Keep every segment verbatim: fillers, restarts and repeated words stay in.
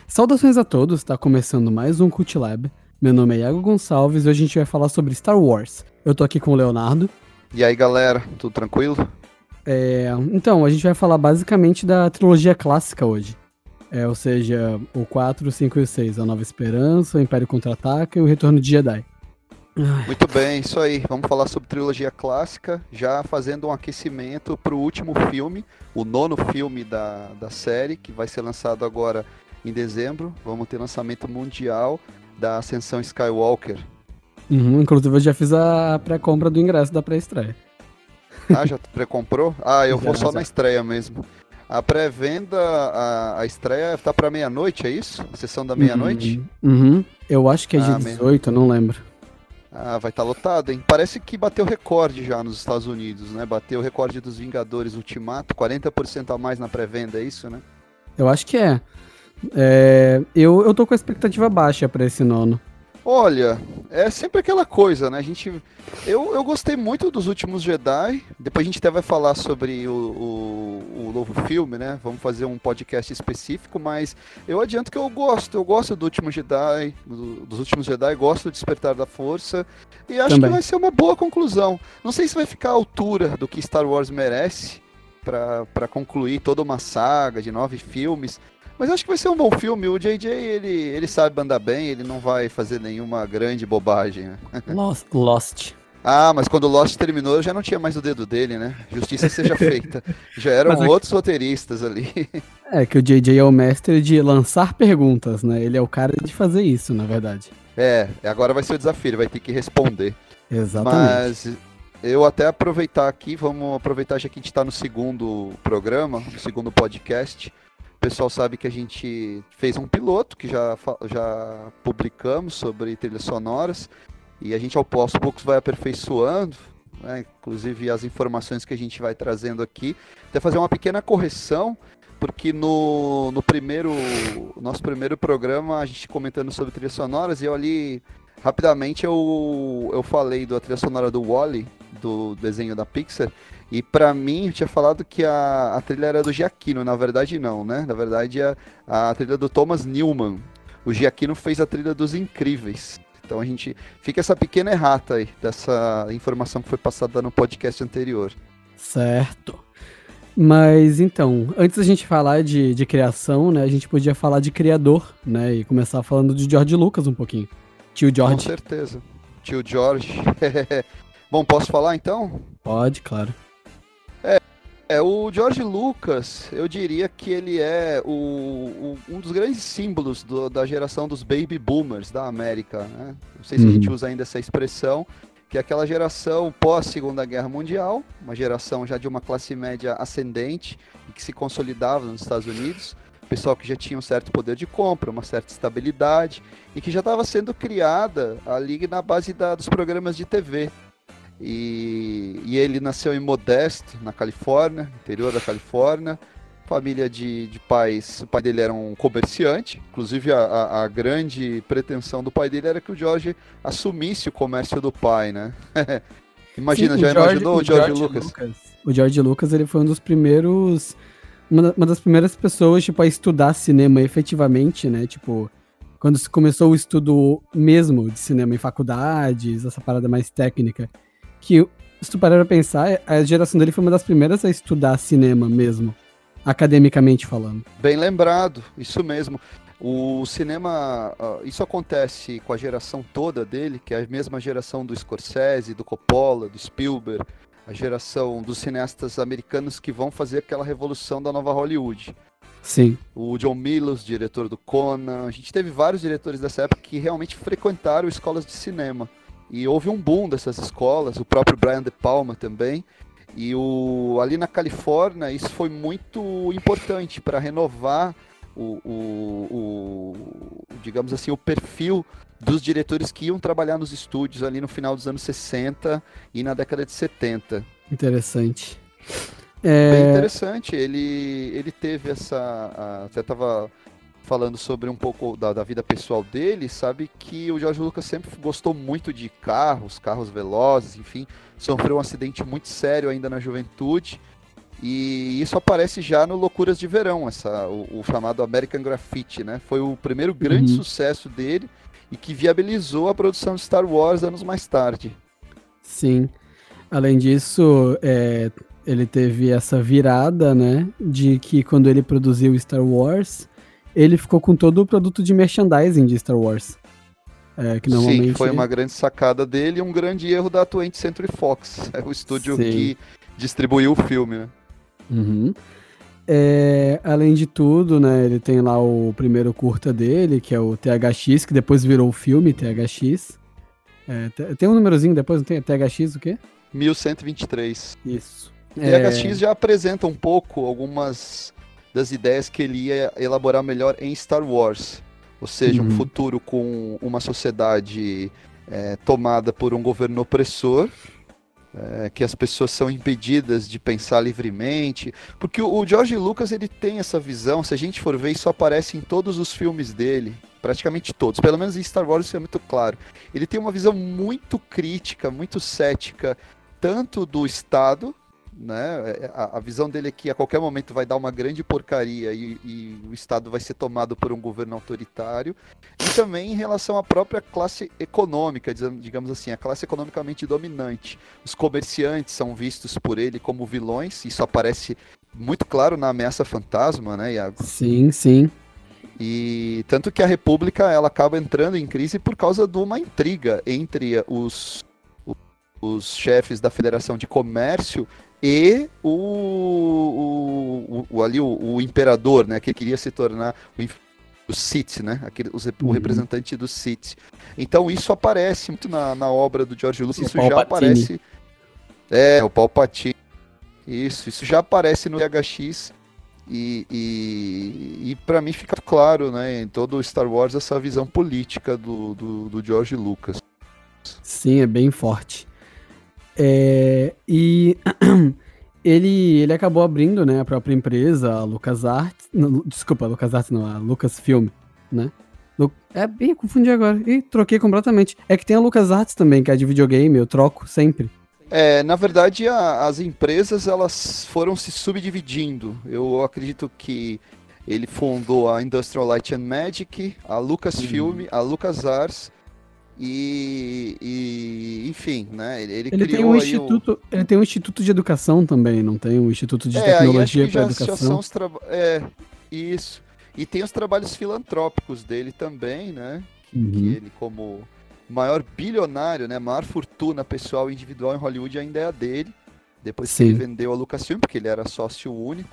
Saudações a todos, tá começando mais um Cult Lab. Meu nome é Iago Gonçalves e hoje a gente vai falar sobre Star Wars. Eu tô aqui com o Leonardo. E aí, galera, tudo tranquilo? É, então, a gente vai falar basicamente da trilogia clássica hoje. É, ou seja, o quatro, o cinco e o seis, A Nova Esperança, o Império Contra-Ataca e o Retorno de Jedi. Muito bem, isso aí. Vamos falar sobre trilogia clássica, já fazendo um aquecimento para o último filme, o nono filme da, da série, que vai ser lançado agora em dezembro. Vamos ter lançamento mundial da Ascensão Skywalker. Uhum, inclusive eu já fiz a pré-compra do ingresso da pré-estreia. Ah, já pré-comprou? Ah, eu Já, vou só já. na estreia mesmo. A pré-venda, a, a estreia tá para meia-noite, é isso? A sessão da meia-noite? Uhum, uhum. Eu acho que é dia Ah, me- dezoito, eu não lembro. Ah, vai estar lotado, hein? Parece que bateu recorde já nos Estados Unidos, né? Bateu o recorde dos Vingadores Ultimato, quarenta por cento a mais na pré-venda, é isso, né? Eu acho que é. É, eu, eu tô com a expectativa baixa pra esse nono. Olha, é sempre aquela coisa, né? A gente, eu, eu gostei muito dos últimos Jedi. Depois a gente até vai falar sobre o, o, o novo filme, né? Vamos fazer um podcast específico, mas eu adianto que eu gosto. Eu gosto do último Jedi, do- dos últimos Jedi, gosto do Despertar da Força e acho que Também. vai ser uma boa conclusão. Não sei se vai ficar à altura do que Star Wars merece para para concluir toda uma saga de nove filmes. Mas acho que vai ser um bom filme. O J J, ele, ele sabe mandar bem, ele não vai fazer nenhuma grande bobagem, né? Lost. Lost. Ah, mas quando Lost terminou, eu já não tinha mais o dedo dele, né? Justiça seja feita. Já eram Mas é, outros roteiristas ali. é que o J J é o mestre de lançar perguntas, né? Ele é o cara de fazer isso, na verdade. É, agora vai ser o desafio, ele vai ter que responder. Exatamente. Mas eu até aproveitar aqui, vamos aproveitar já que a gente está no segundo programa, no segundo podcast. O pessoal sabe que a gente fez um piloto que já, fa- já publicamos sobre trilhas sonoras e a gente ao aos poucos vai aperfeiçoando, né, inclusive as informações que a gente vai trazendo aqui. Até fazer uma pequena correção, porque no, no primeiro, nosso primeiro programa a gente comentando sobre trilhas sonoras e eu ali rapidamente eu, eu falei da trilha sonora do Wall-E, do desenho da Pixar. E pra mim, eu tinha falado que a, a trilha era do Giacchino, na verdade não, né? Na verdade é a trilha do Thomas Newman. O Giacchino fez a trilha dos Incríveis. Então a gente fica essa pequena errata aí, dessa informação que foi passada no podcast anterior. Certo. Mas então, antes da gente falar de, de criação, né? A gente podia falar de criador, né? E começar falando de George Lucas um pouquinho. Tio Com George. certeza. Tio George. Bom, posso falar então? Pode, claro. É, o George Lucas, eu diria que ele é o, o- um dos grandes símbolos do- da geração dos baby boomers da América, né? Não sei se a gente Uhum. usa ainda essa expressão, que é aquela geração pós-Segunda Guerra Mundial, uma geração já de uma classe média ascendente e que se consolidava nos Estados Unidos, pessoal que já tinha um certo poder de compra, uma certa estabilidade e que já estava sendo criada ali na base da- dos programas de T V. E, e ele nasceu em Modesto, na Califórnia, interior da Califórnia. Família de, de pais. O pai dele era um comerciante. Inclusive, a, a, a grande pretensão do pai dele era que o George assumisse o comércio do pai, né? Imagina, Sim, já o George, imaginou o o George, George Lucas? Lucas. O George Lucas, ele foi um dos primeiros. Uma, da- uma das primeiras pessoas, tipo, a estudar cinema efetivamente, né? Tipo, quando se começou o estudo mesmo de cinema em faculdades, essa parada mais técnica. Que, se tu parar pra pensar, a geração dele foi uma das primeiras a estudar cinema mesmo, academicamente falando. Bem lembrado, isso mesmo. O cinema, ah, isso acontece com a geração toda dele, que é a mesma geração do Scorsese, do Coppola, do Spielberg, a geração dos cineastas americanos que vão fazer aquela revolução da nova Hollywood. Sim. O John Milius, diretor do Conan, a gente teve vários diretores dessa época que realmente frequentaram escolas de cinema. E houve um boom dessas escolas, o próprio Brian De Palma também. E o, ali na Califórnia, isso foi muito importante para renovar o, o, o, digamos assim, o perfil dos diretores que iam trabalhar nos estúdios ali no final dos anos sessenta e na década de setenta. Interessante. Bem É, interessante, ele, ele teve essa. A, até estava falando sobre um pouco da, da vida pessoal dele, sabe que o George Lucas sempre gostou muito de carros, carros velozes, enfim, sofreu um acidente muito sério ainda na juventude E isso aparece já no Loucuras de Verão, essa, o, o chamado American Graffiti, né? Foi o primeiro grande Uhum. sucesso dele e que viabilizou a produção de Star Wars anos mais tarde. Sim. Além disso, é, ele teve essa virada, né? De que quando ele produziu Star Wars, ele ficou com todo o produto de merchandising de Star Wars. É, que Sim, normalmente. foi uma grande sacada dele e um grande erro da twentieth Century Fox, é o estúdio Sim. que distribuiu o filme, né? Uhum. É, além de tudo, né, ele tem lá o primeiro curta dele, que é o T H X, que depois virou o filme T H X. É, tem um númerozinho depois, não tem? T H X o quê? mil cento e vinte e três. Isso. O T H X é... já apresenta um pouco algumas das ideias que ele ia elaborar melhor em Star Wars. Ou seja, uhum. um futuro com uma sociedade é, tomada por um governo opressor, é, que as pessoas são impedidas de pensar livremente, porque o, o George Lucas ele tem essa visão, se a gente for ver, isso aparece em todos os filmes dele, praticamente todos, pelo menos em Star Wars isso é muito claro. Ele tem uma visão muito crítica, muito cética, tanto do Estado, né? A, a visão dele é que a qualquer momento vai dar uma grande porcaria e, e o Estado vai ser tomado por um governo autoritário, e também em relação à própria classe econômica, digamos assim, a classe economicamente dominante. Os comerciantes são vistos por ele como vilões, isso aparece muito claro na Ameaça Fantasma, né, Iago? Sim, sim. E tanto que a República ela acaba entrando em crise por causa de uma intriga entre os, os chefes da Federação de Comércio e o, o, o, ali, o, o imperador, né, que queria se tornar o, o Sith, né, aquele, o, o representante do Sith. Então isso aparece muito na, na obra do George Lucas, isso já aparece... É, o Palpatine. Isso, isso já aparece no T H X e, e, e para mim fica claro, né, em todo o Star Wars essa visão política do, do, do George Lucas. Sim, é bem forte. É, e ele, ele acabou abrindo, né, a própria empresa, a LucasArts, não, desculpa, a LucasArts não, a Lucasfilm, né? Lu, é, ih, confundi agora, ih, troquei completamente. É que tem a LucasArts também, que é de videogame, eu troco sempre. É, na verdade, a, as empresas, elas foram se subdividindo. Eu acredito que ele fundou a Industrial Light and Magic, a Lucasfilm, uhum. a LucasArts, E, e, enfim, né, ele, ele, ele criou tem um aí instituto, o... ele tem um instituto de educação também, não tem? Um instituto de é, tecnologia para educação. Já são os tra... É, isso. E tem os trabalhos filantrópicos dele também, né, uhum. que ele como maior bilionário, né, maior fortuna pessoal e individual em Hollywood ainda é a dele, depois Sim. que ele vendeu a Lucasfilm, porque ele era sócio único.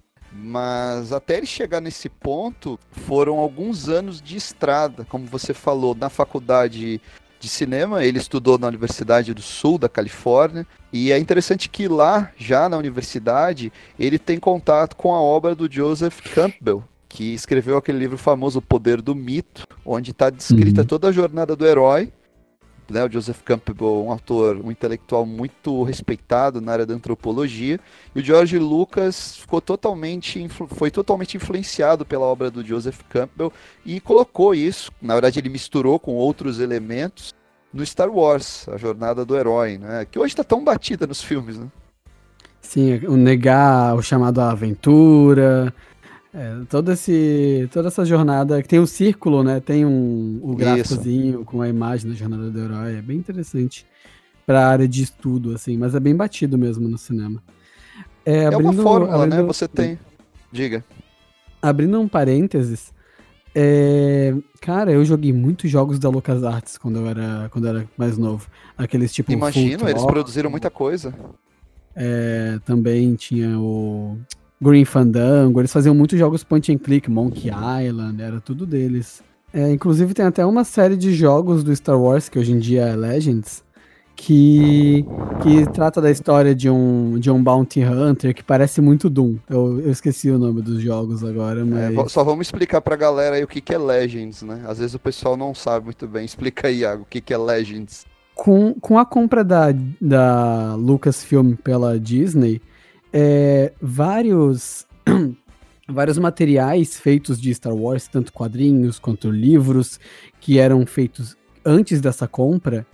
Mas até ele chegar nesse ponto, foram alguns anos de estrada, como você falou, na faculdade de cinema, ele estudou na Universidade do Sul da Califórnia, e é interessante que lá, já na universidade, ele tem contato com a obra do Joseph Campbell, que escreveu aquele livro famoso, O Poder do Mito, onde está descrita uhum. toda a jornada do herói. Né, o Joseph Campbell, um autor, um intelectual muito respeitado na área da antropologia, e o George Lucas ficou totalmente, foi totalmente influenciado pela obra do Joseph Campbell e colocou isso, na verdade ele misturou com outros elementos no Star Wars, a jornada do herói, né, que hoje está tão batida nos filmes, né? Sim, o negar o chamado à aventura... É, todo esse, toda essa jornada, que tem um círculo, né, tem um, um gráficozinho com a imagem da jornada do herói, é bem interessante pra área de estudo, assim, mas é bem batido mesmo no cinema. É, abrindo, é uma fórmula, abrindo, né, você tem... Diga. Abrindo um parênteses, é, cara, eu joguei muitos jogos da LucasArts quando eu era, quando eu era mais novo, aqueles tipo... Imagino, eles produziram muita coisa. É, também tinha o... Green Fandango, eles faziam muitos jogos point and click, Monkey Island, era tudo deles. É, inclusive tem até uma série de jogos do Star Wars, que hoje em dia é Legends, que, que trata da história de um, de um Bounty Hunter, que parece muito Doom. Eu, eu esqueci o nome dos jogos agora, mas... É, só vamos explicar pra galera aí o que, que é Legends, né? Às vezes o pessoal não sabe muito bem. Explica aí, Iago, o que, que é Legends. Com, com a compra da, da Lucasfilm pela Disney... É, vários, vários materiais feitos de Star Wars, tanto quadrinhos quanto livros, que eram feitos antes dessa compra,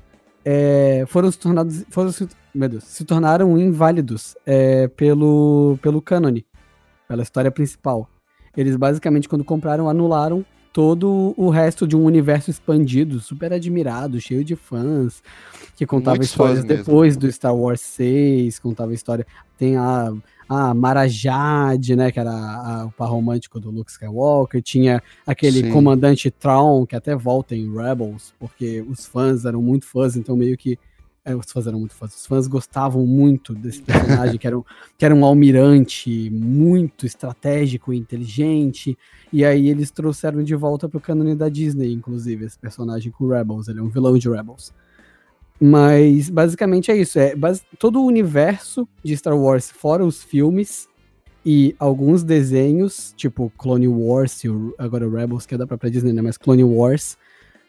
é, foram se tornados, foram se, meu Deus, se tornaram inválidos é, pelo, pelo cânone, pela história principal. Eles basicamente, quando compraram, anularam todo o resto de um universo expandido, super admirado, cheio de fãs, que contava Muitos histórias fãs mesmo. depois do Star Wars seis, contava história... Tem a, a Mara Jade, né, que era a, a, o par romântico do Luke Skywalker, tinha aquele Sim. comandante Thrawn, que até volta em Rebels, porque os fãs eram muito fãs, então meio que é, os fãs eram muito fãs, os fãs gostavam muito desse personagem, que, era um, que era um almirante muito estratégico e inteligente, e aí eles trouxeram de volta pro cânone da Disney, inclusive, esse personagem com Rebels, ele é um vilão de Rebels. Mas basicamente é isso, é base, todo o universo de Star Wars, fora os filmes e alguns desenhos, tipo Clone Wars, e o, agora o Rebels, que é da própria Disney, né, mas Clone Wars.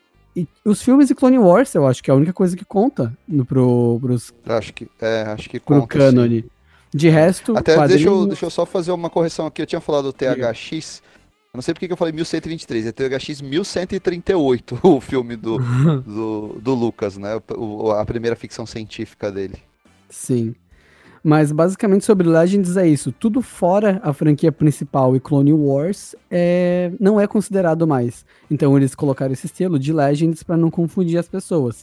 E os filmes e Clone Wars, eu acho que é a única coisa que conta no, pro, pros, Acho que, é, acho que pro conta, cânone. sim. De resto, Até quadrinhos... deixa eu, deixa eu só fazer uma correção aqui, eu tinha falado do T H X, eu não sei porque que eu falei mil cento e vinte e três, é T H X mil cento e trinta e oito, o filme do, do, do Lucas, né, o, a primeira ficção científica dele. Sim. Mas basicamente sobre Legends é isso. Tudo fora a franquia principal e Clone Wars é, não é considerado mais. Então eles colocaram esse estilo de Legends para não confundir as pessoas.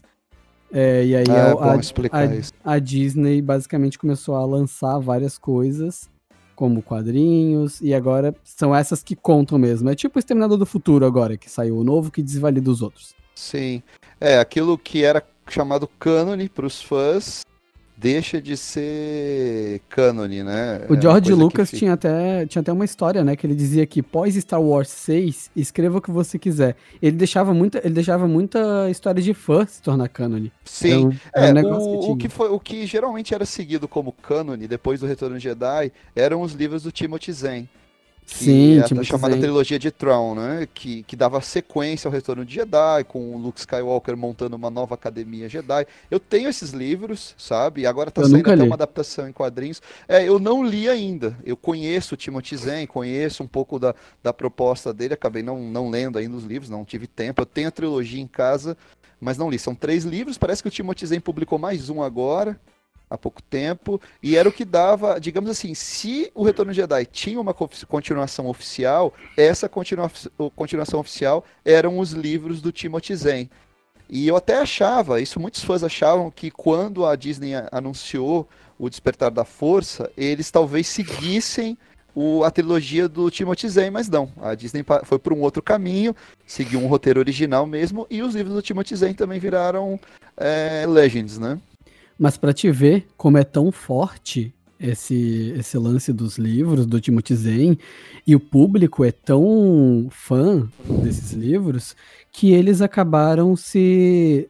É, e aí É, a, bom a, explicar a, isso. a Disney basicamente começou a lançar várias coisas, como quadrinhos, e agora são essas que contam mesmo. É tipo o Exterminador do Futuro agora, que saiu o novo que desvalida os outros. Sim, é, aquilo que era chamado cânone para os fãs deixa de ser cânone, né? O É George Lucas tinha até, tinha até uma história, né, que ele dizia que pós Star Wars seis, escreva o que você quiser. Ele deixava muita, ele deixava muita história de fã se tornar cânone. Sim, era um, era é, um negócio o, que tinha. o, que foi, o que geralmente era seguido como cânone depois do Retorno de Jedi eram os livros do Timothy Zahn. Que Sim, é a Timothy chamada Zahn. trilogia de Thrawn, né? Que, que dava sequência ao Retorno de Jedi, com o Luke Skywalker montando uma nova academia Jedi. Eu tenho esses livros, sabe? E agora tá Eu saindo nunca até li. uma adaptação em quadrinhos. É, eu não li ainda. Eu conheço o Timothy Zahn, conheço um pouco da, da proposta dele. Acabei não, não lendo ainda os livros, não tive tempo. Eu tenho a trilogia em casa, mas não li. São três livros. Parece que o Timothy Zahn publicou mais um agora, há pouco tempo, e era o que dava, digamos assim, se o Retorno de Jedi tinha uma continuação oficial, essa continua continuação oficial eram os livros do Timothy Zahn. E eu até achava, isso muitos fãs achavam, que quando a Disney anunciou o Despertar da Força, eles talvez seguissem o, a trilogia do Timothy Zahn, mas não. A Disney foi por um outro caminho, seguiu um roteiro original mesmo, e os livros do Timothy Zahn também viraram é, Legends, né? Mas pra te ver como é tão forte esse, esse lance dos livros do Timothy Zahn, e o público é tão fã desses livros, que eles acabaram se,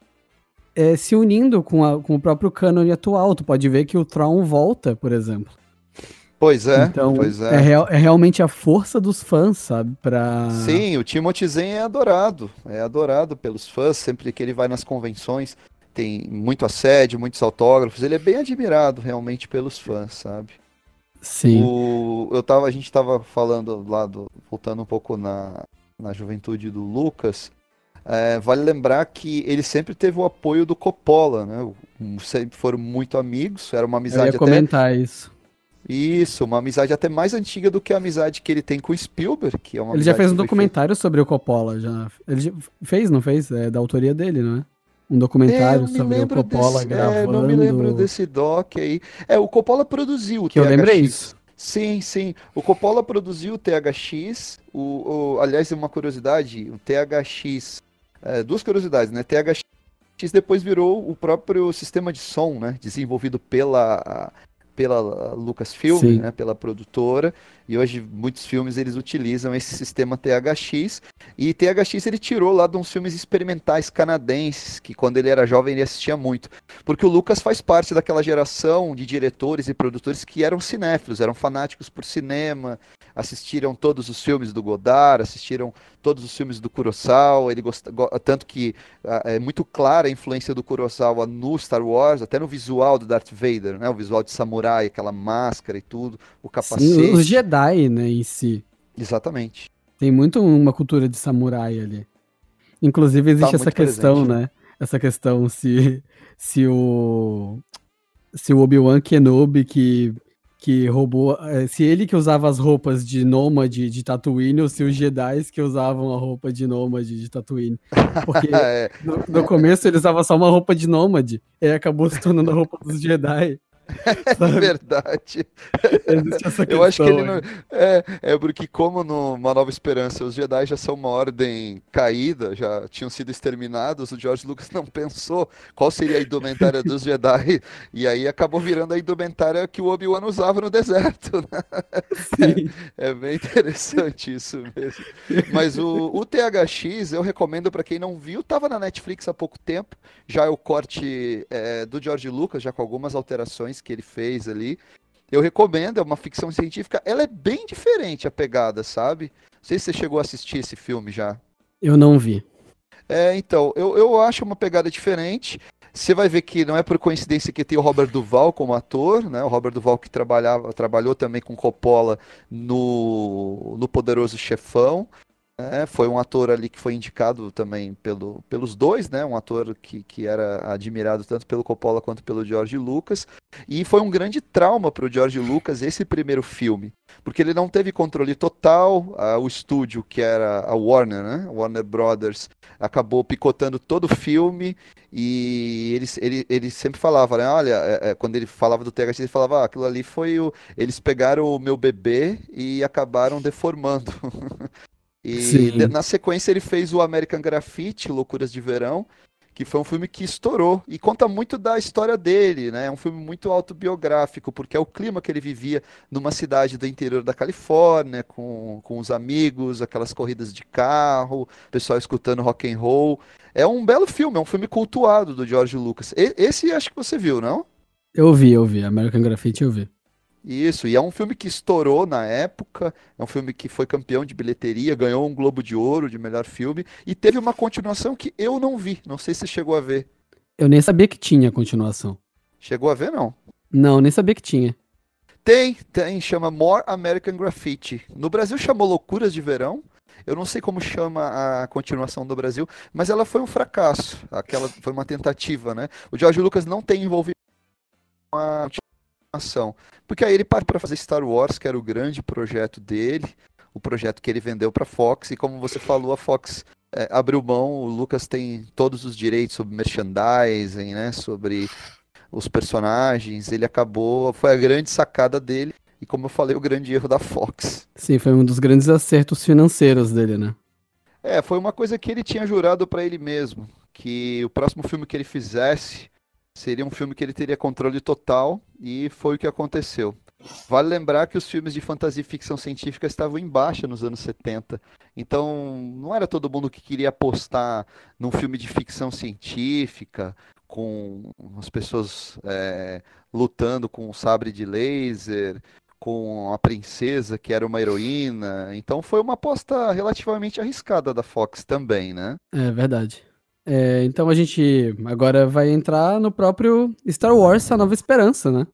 é, se unindo com, a, com o próprio cânone atual. Tu pode ver que o Thrawn volta, por exemplo. Pois é, então, pois é. É, real, é realmente a força dos fãs, sabe? Pra... Sim, o Timothy Zahn é adorado, é adorado pelos fãs, sempre que ele vai nas convenções, tem muito assédio, muitos autógrafos, ele é bem admirado realmente pelos fãs, sabe? Sim. O, eu tava, a gente tava falando lá, do, voltando um pouco na, na juventude do Lucas, é, vale lembrar que ele sempre teve o apoio do Coppola, né? Sempre foram muito amigos, era uma amizade Eu ia comentar até... isso. Isso, uma amizade até mais antiga do que a amizade que ele tem com o Spielberg, que é uma Ele já fez um que foi documentário sobre o Coppola, já. Ele já fez, não fez? É da autoria dele, não é? Um documentário É, eu me sobre o lembro Coppola desse, gravando. é, não me lembro desse doc aí. É, o Coppola produziu o Que eu lembro é T H X. isso. Sim, sim. O Coppola produziu o T H X. O, o, aliás, uma curiosidade, o T H X. É, duas curiosidades, né? T H X depois virou o próprio sistema de som, né? Desenvolvido pela, pela Lucasfilm, Sim. né? Pela produtora. E hoje muitos filmes eles utilizam esse sistema T H X. E T H X ele tirou lá de uns filmes experimentais canadenses, que quando ele era jovem ele assistia muito. Porque o Lucas faz parte daquela geração de diretores e produtores que eram cinéfilos, eram fanáticos por cinema, assistiram todos os filmes do Godard, assistiram todos os filmes do Kurosawa, ele gosta, tanto que é muito clara a influência do Kurosawa no Star Wars, até no visual do Darth Vader, né? O visual de samurai, aquela máscara e tudo, o capacete. Sim, os Jedi, né, em si. Exatamente. Tem muito uma cultura de samurai ali. Inclusive existe Tá essa muito questão, presente. né? essa questão se, se o se o Obi-Wan Kenobi que, que roubou, se ele que usava as roupas de nômade de Tatooine ou se os Jedi que usavam a roupa de nômade de Tatooine. Porque É. no, no começo ele usava só uma roupa de nômade e acabou se tornando a roupa dos Jedi. É verdade. Existe essa questão. Eu acho que ele não. aí. É, é porque, como no Uma Nova Esperança os Jedi já são uma ordem caída, já tinham sido exterminados, o George Lucas não pensou qual seria a indumentária dos Jedi, e aí acabou virando a indumentária que o Obi-Wan usava no deserto, né? Sim. É, é bem interessante isso mesmo. Mas o, o T H X eu recomendo para quem não viu, estava na Netflix há pouco tempo, já é o corte é, do George Lucas, já com algumas alterações que ele fez ali. Eu recomendo, é uma ficção científica. Ela é bem diferente a pegada, sabe? Não sei se você chegou a assistir esse filme já. Eu não vi. É, então, eu, eu acho uma pegada diferente. Você vai ver que não é por coincidência que tem o Robert Duvall como ator, né? O Robert Duvall que trabalhava, trabalhou também com Coppola no, no Poderoso Chefão. É, foi um ator ali que foi indicado também pelo, pelos dois, né? Um ator que, que era admirado tanto pelo Coppola quanto pelo George Lucas. E foi um grande trauma para o George Lucas esse primeiro filme, porque ele não teve controle total. A, o estúdio, que era a Warner, né? Warner Brothers, acabou picotando todo o filme. E ele, ele, ele sempre falava, né? Olha, é, é, quando ele falava do T H X, ele falava: ah, aquilo ali foi o. Eles pegaram o meu bebê e acabaram deformando. E de- Sim. na sequência ele fez o American Graffiti, Loucuras de Verão, que foi um filme que estourou e conta muito da história dele, né? É um filme muito autobiográfico, porque é o clima que ele vivia numa cidade do interior da Califórnia, com, com os amigos, aquelas corridas de carro, pessoal escutando rock and roll. É um belo filme, é um filme cultuado do George Lucas. E- esse acho que você viu, não? Eu vi, eu vi. American Graffiti eu vi. Isso, e é um filme que estourou na época, é um filme que foi campeão de bilheteria, ganhou um Globo de Ouro de melhor filme, e teve uma continuação que eu não vi, não sei se você chegou a ver. Eu nem sabia que tinha continuação. Chegou a ver, não? Não, nem sabia que tinha. Tem, tem, chama More American Graffiti. No Brasil chamou Loucuras de Verão, eu não sei como chama a continuação do Brasil, mas ela foi um fracasso, aquela foi uma tentativa, né? O George Lucas não tem envolvido com a ação. Porque aí ele partiu para fazer Star Wars, que era o grande projeto dele, o projeto que ele vendeu para a Fox, e como você falou, a Fox é, abriu mão, o Lucas tem todos os direitos sobre merchandising, né, sobre os personagens, ele acabou, foi a grande sacada dele, e como eu falei, o grande erro da Fox. Sim, foi um dos grandes acertos financeiros dele, né? É, foi uma coisa que ele tinha jurado para ele mesmo, que o próximo filme que ele fizesse seria um filme que ele teria controle total, e foi o que aconteceu. Vale lembrar que os filmes de fantasia e ficção científica estavam em baixa nos anos setenta, então não era todo mundo que queria apostar num filme de ficção científica, com as pessoas é, lutando com um sabre de laser, com a princesa que era uma heroína. Então foi uma aposta relativamente arriscada da Fox também, né? É verdade. É, então a gente agora vai entrar no próprio Star Wars, A Nova Esperança, né?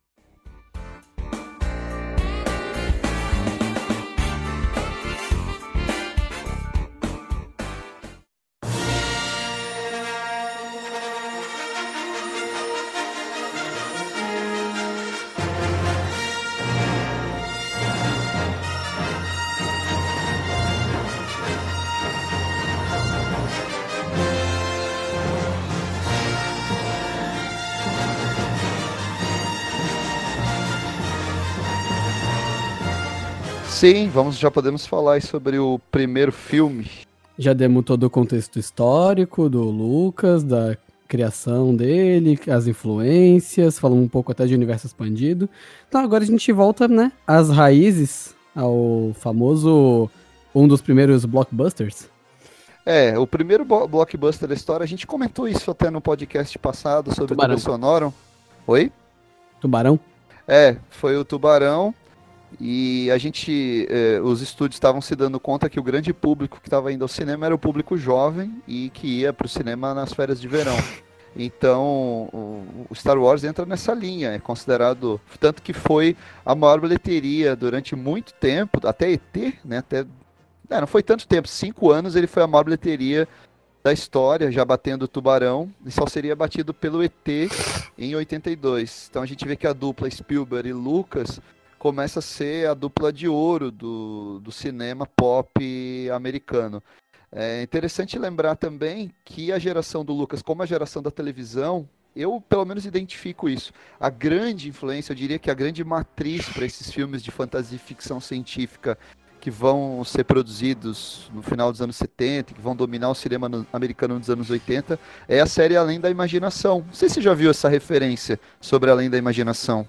Sim, vamos, já podemos falar aí sobre o primeiro filme. Já demos todo o contexto histórico do Lucas, da criação dele, as influências, falamos um pouco até de universo expandido. Então agora a gente volta, né, às raízes, ao famoso, um dos primeiros blockbusters. É, o primeiro bo- blockbuster da história, a gente comentou isso até no podcast passado sobre Tubarão. trilha sonora. Oi? Tubarão? É, foi o Tubarão. E a gente, eh, os estúdios estavam se dando conta que o grande público que estava indo ao cinema era o público jovem e que ia para o cinema nas férias de verão. Então, o o Star Wars entra nessa linha, é considerado, tanto que foi a maior bilheteria durante muito tempo, até E T, né? Até, é, não foi tanto tempo, cinco anos ele foi a maior bilheteria da história, já batendo o Tubarão, e só seria batido pelo E T em oitenta e dois. Então a gente vê que a dupla Spielberg e Lucas começa a ser a dupla de ouro do, do cinema pop americano. É interessante lembrar também que a geração do Lucas, como a geração da televisão, eu pelo menos identifico isso. A grande influência, eu diria que a grande matriz para esses filmes de fantasia e ficção científica que vão ser produzidos no final dos anos setenta, que vão dominar o cinema no, americano nos anos oitenta, é a série Além da Imaginação. Não sei se você já viu essa referência sobre Além da Imaginação.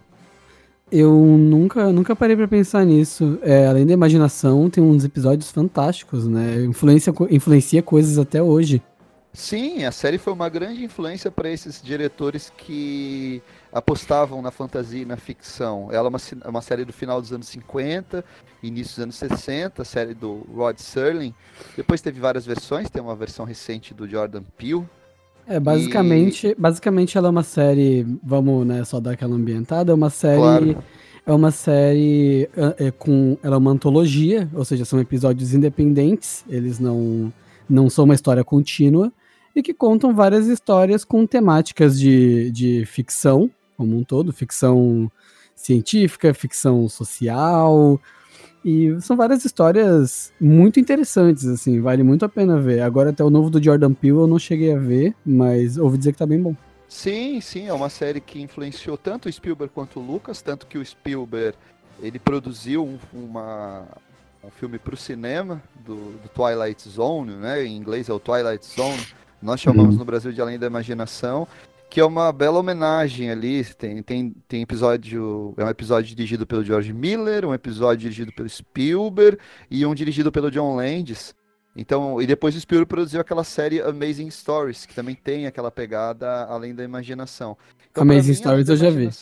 Eu nunca, nunca parei pra pensar nisso. É, além da imaginação, tem uns episódios fantásticos, né? Influencia, influencia coisas até hoje. Sim, a série foi uma grande influência para esses diretores que apostavam na fantasia e na ficção. Ela é uma, uma série do final dos anos cinquenta, início dos anos sessenta, série do Rod Serling. Depois teve várias versões, tem uma versão recente do Jordan Peele. É, basicamente, e... basicamente ela é uma série, vamos, né, só dar aquela ambientada, é uma série, claro. é uma série é, com, ela é uma antologia, ou seja, são episódios independentes, eles não, não são uma história contínua, e que contam várias histórias com temáticas de, de ficção, como um todo, ficção científica, ficção social, e são várias histórias muito interessantes, assim, vale muito a pena ver. Agora até o novo do Jordan Peele eu não cheguei a ver, mas ouvi dizer que tá bem bom. Sim, sim, é uma série que influenciou tanto o Spielberg quanto o Lucas, tanto que o Spielberg, ele produziu um, uma, um filme para o cinema do, do Twilight Zone, né, em inglês é o Twilight Zone, nós chamamos hum. no Brasil de Além da Imaginação, que é uma bela homenagem ali, tem, tem, tem episódio, é um episódio dirigido pelo George Miller, um episódio dirigido pelo Spielberg e um dirigido pelo John Landis. Então, e depois o Spielberg produziu aquela série Amazing Stories, que também tem aquela pegada Além da Imaginação. Então, Amazing mim, Stories eu já vi.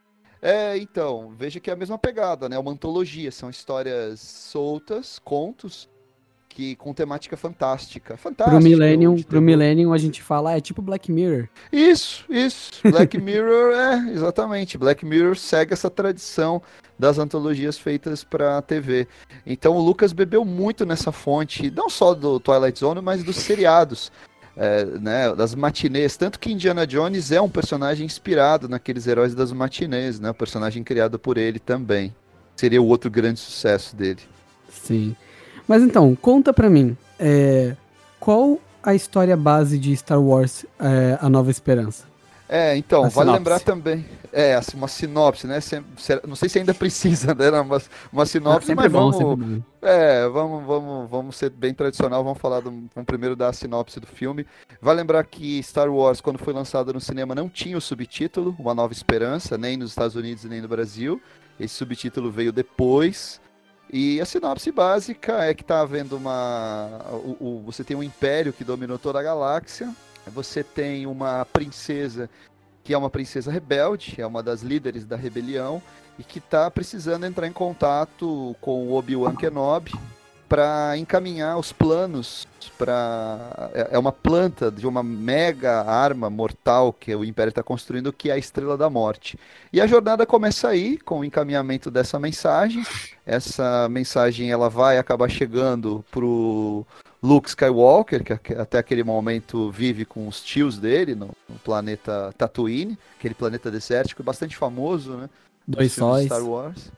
É, então, veja que é a mesma pegada, né? Uma antologia, são histórias soltas, contos, que com temática fantástica. Fantástica. Pro Millennium, pro Millennium a gente fala, é tipo Black Mirror. Isso, isso. Black Mirror, é, exatamente. Black Mirror segue essa tradição das antologias feitas para T V. Então o Lucas bebeu muito nessa fonte, não só do Twilight Zone, mas dos seriados, é, né, das matinês. Tanto que Indiana Jones é um personagem inspirado naqueles heróis das matinês, né? O personagem criado por ele também. Seria o outro grande sucesso dele. Sim. Mas então, conta pra mim, é, qual a história base de Star Wars, é, A Nova Esperança? É, então, a vale sinopse. Lembrar também, é, uma sinopse, né, não sei se ainda precisa, né, uma, uma sinopse, ah, mas bom, vamos, é, vamos, vamos, vamos ser bem tradicional, vamos falar, do, vamos primeiro dar a sinopse do filme. Vale lembrar que Star Wars, quando foi lançado no cinema, não tinha o subtítulo, Uma Nova Esperança, nem nos Estados Unidos nem no Brasil, esse subtítulo veio depois. E a sinopse básica é que está havendo uma... O, o, você tem um império que dominou toda a galáxia, você tem uma princesa que é uma princesa rebelde, é uma das líderes da rebelião, e que está precisando entrar em contato com o Obi-Wan Kenobi para encaminhar os planos para... É uma planta de uma mega arma mortal que o Império está construindo, que é a Estrela da Morte. E a jornada começa aí, com o encaminhamento dessa mensagem. Essa mensagem ela vai acabar chegando pro Luke Skywalker, que até aquele momento vive com os tios dele no, no planeta Tatooine, aquele planeta desértico, bastante famoso, né? Dois sóis. Star Wars.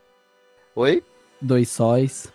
Oi? Dois sóis.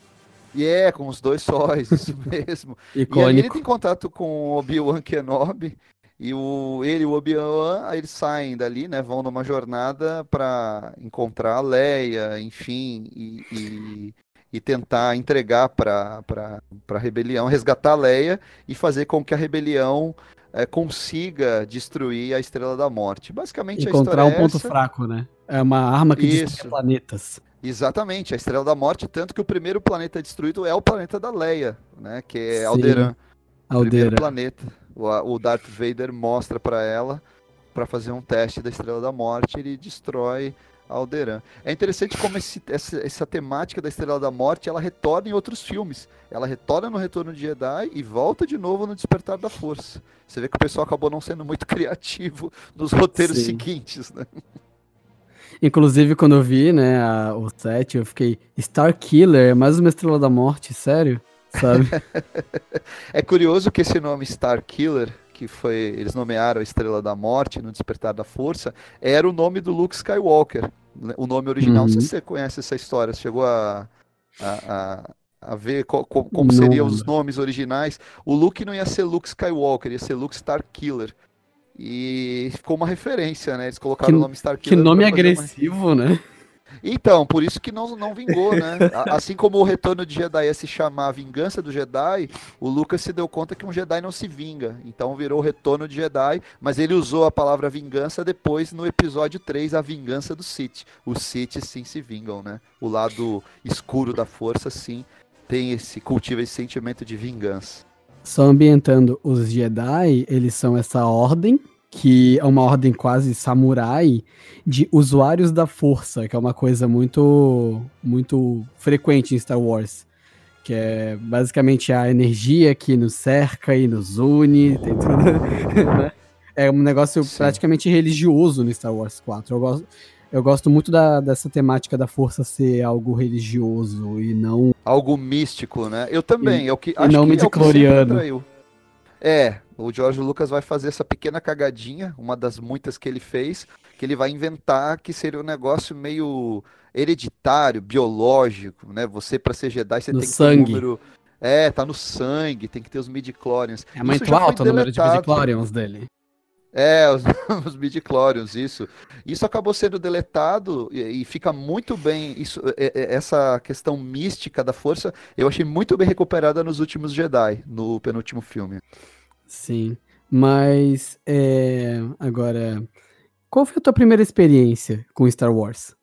E é, com os dois sóis, isso mesmo. Icônico. E aí ele tem contato com o Obi-Wan Kenobi, e o, ele e o Obi-Wan, eles saem dali, né, vão numa jornada para encontrar a Leia, enfim, e, e, e tentar entregar para a rebelião, resgatar a Leia e fazer com que a rebelião é, consiga destruir a Estrela da Morte. Basicamente encontrar a história um ponto é essa. fraco, né? É uma arma que Isso. destrói planetas. Exatamente, a Estrela da Morte, tanto que o primeiro planeta destruído é o planeta da Leia, né, que é Sim, Alderaan, o Alderaan. primeiro planeta. O, o Darth Vader mostra para ela, para fazer um teste da Estrela da Morte, ele destrói Alderaan. É interessante como esse, essa, essa temática da Estrela da Morte, ela retorna em outros filmes. Ela retorna no Retorno de Jedi e volta de novo no Despertar da Força. Você vê que o pessoal acabou não sendo muito criativo nos roteiros Sim. seguintes, né? Inclusive, quando eu vi, né, a, o set, eu fiquei, Star Killer, mais uma Estrela da Morte, sério? sabe? É curioso que esse nome Star Killer, que foi, eles nomearam a Estrela da Morte no Despertar da Força, era o nome do Luke Skywalker. O nome original, não sei se Uhum. você conhece essa história, você chegou a, a, a, a ver co- co- como Não seriam os lembro. nomes originais. O Luke não ia ser Luke Skywalker, ia ser Luke Starkiller. E ficou uma referência, né? Eles Que, colocaram o nome que Starkiller nome para fazer uma. agressivo, né? Então, por isso que não, não vingou, né? A- Assim como o Retorno de Jedi ia se chamar Vingança do Jedi, o Lucas se deu conta que um Jedi não se vinga. Então virou Retorno de Jedi, mas ele usou a palavra vingança depois no episódio três, A Vingança do Sith. Os Sith sim se vingam, né? O lado escuro da força sim tem esse, cultiva esse sentimento de vingança. Só ambientando, os Jedi, eles são essa ordem, que é uma ordem quase samurai, de usuários da força, que é uma coisa muito, muito frequente em Star Wars. Que é basicamente a energia que nos cerca e nos une, tem tudo, né? É um negócio Sim. praticamente religioso no Star Wars quatro. Eu gosto, eu gosto muito da, dessa temática da força ser algo religioso e não, Algo místico, né? Eu e, também, é o que, e acho não que é o que sempre midichloriano. atraiu. É, o George Lucas vai fazer essa pequena cagadinha, uma das muitas que ele fez, que ele vai inventar que seria um negócio meio hereditário, biológico, né? Você, para ser Jedi, você No tem que ter um sangue. número. É, tá no sangue, tem que ter os midi-chlorians. É Isso muito já foi alto o número de deletado. midichlorians dele. É, os, os midi-chlorians, isso. Isso acabou sendo deletado e, e fica muito bem. Isso, é- é- essa questão mística da força, eu achei muito bem recuperada nos últimos Jedi, no penúltimo filme. Sim. Mas, é, agora, qual foi a tua primeira experiência com Star Wars?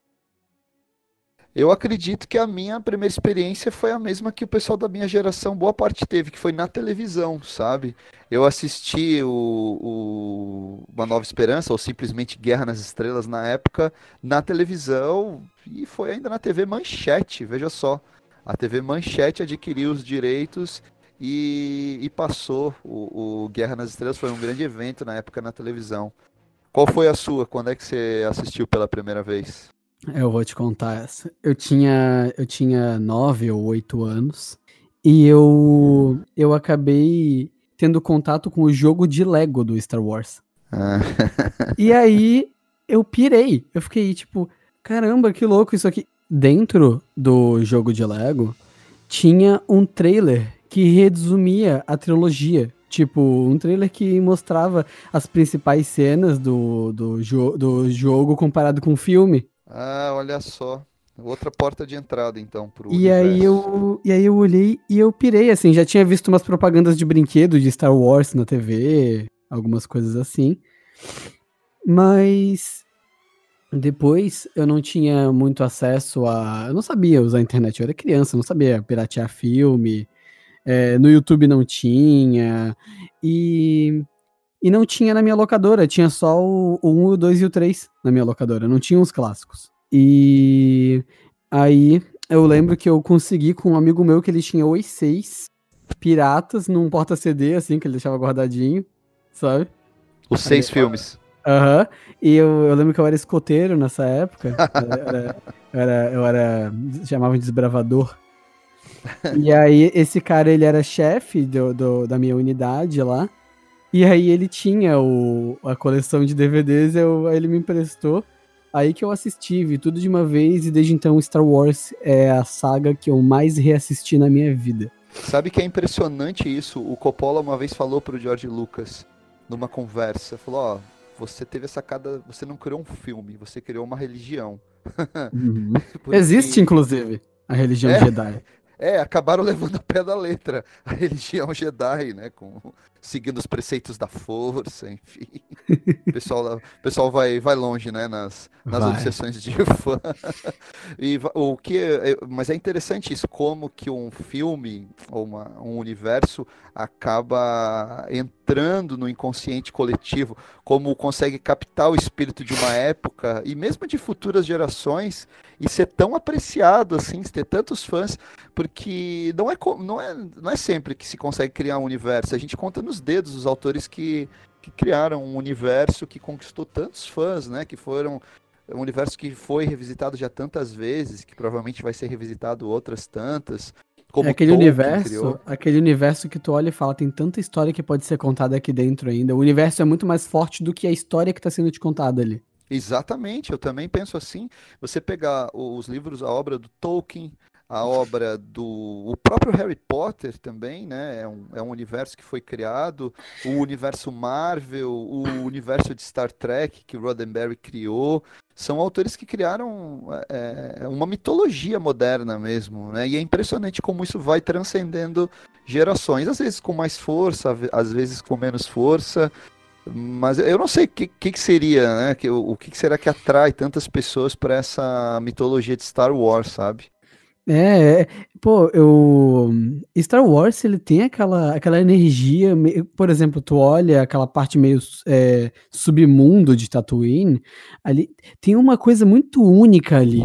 Eu acredito que a minha primeira experiência foi a mesma que o pessoal da minha geração, boa parte teve, que foi na televisão, sabe? Eu assisti o, o Uma Nova Esperança, ou simplesmente Guerra nas Estrelas na época, na televisão, e foi ainda na T V Manchete, veja só. A T V Manchete adquiriu os direitos e, e passou o, o Guerra nas Estrelas, foi um grande evento na época na televisão. Qual foi a sua? Quando é que você assistiu pela primeira vez? Eu vou te contar essa. Eu tinha, eu tinha nove ou oito anos e eu, eu acabei tendo contato com o jogo de Lego do Star Wars. Ah. E aí eu pirei. Eu fiquei tipo, caramba, que louco isso aqui. Dentro do jogo de Lego tinha um trailer que resumia a trilogia. Tipo, um trailer que mostrava as principais cenas do, do, jo do jogo comparado com o filme. Ah, olha só. Outra porta de entrada, então, pro E aí universo. eu, e aí eu olhei e eu pirei, assim, já tinha visto umas propagandas de brinquedo de Star Wars na T V, algumas coisas assim. Mas depois eu não tinha muito acesso a. Eu não sabia usar a internet, eu era criança, eu não sabia piratear filme. É, no YouTube não tinha. E, e não tinha na minha locadora, tinha só o, o um, o dois e o três na minha locadora, não tinha os clássicos. E aí eu lembro que eu consegui com um amigo meu que ele tinha os seis piratas num porta-C D, assim, que ele deixava guardadinho, sabe? Os Aí seis filmes. aham. E eu, eu lembro que eu era escoteiro nessa época. Eu era, eu era, eu era chamavam de desbravador. E aí esse cara, ele era chefe do, do- da minha unidade lá. E aí ele tinha o, a coleção de D V Ds, eu, aí ele me emprestou. Aí que eu assisti, vi tudo de uma vez, e desde então Star Wars é a saga que eu mais reassisti na minha vida. Sabe que é impressionante isso? O Coppola uma vez falou pro George Lucas, numa conversa, falou, ó, você teve essa sacada, você não criou um filme, você criou uma religião. Uhum. Existe, Porque inclusive, a religião é, Jedi. é, acabaram levando a pé da letra a religião Jedi, né, com seguindo os preceitos da força, enfim. O pessoal, lá- o pessoal vai, vai longe, né, nas, nas Vai. obsessões de fã. E va- o que, é- é- mas é interessante isso, como que um filme ou uma- um universo acaba entrando no inconsciente coletivo, como consegue captar o espírito de uma época e mesmo de futuras gerações e ser tão apreciado assim, ter tantos fãs, porque não é, co- não é, não é sempre que se consegue criar um universo. A gente conta nos dedos os autores que que criaram um universo que conquistou tantos fãs, né? Que foram um universo que foi revisitado já tantas vezes, que provavelmente vai ser revisitado outras tantas. Como É aquele Tolkien universo, criou. aquele universo que tu olha e fala, tem tanta história que pode ser contada aqui dentro ainda. O universo é muito mais forte do que a história que tá sendo te contada ali. Exatamente, eu também penso assim. Você pegar os livros, a obra do Tolkien, a obra do o próprio Harry Potter também, né? É um, é um universo que foi criado, o universo Marvel, o universo de Star Trek que Roddenberry criou, são autores que criaram é, é, uma mitologia moderna mesmo, né? E é impressionante como isso vai transcendendo gerações, às vezes com mais força, às vezes com menos força. Mas eu não sei o que, que, que seria, né? Que, o, o que, que será que atrai tantas pessoas para essa mitologia de Star Wars, sabe? É, é, pô, eu Star Wars, ele tem aquela, aquela energia, me- por exemplo, tu olha aquela parte meio é, submundo de Tatooine, ali tem uma coisa muito única ali.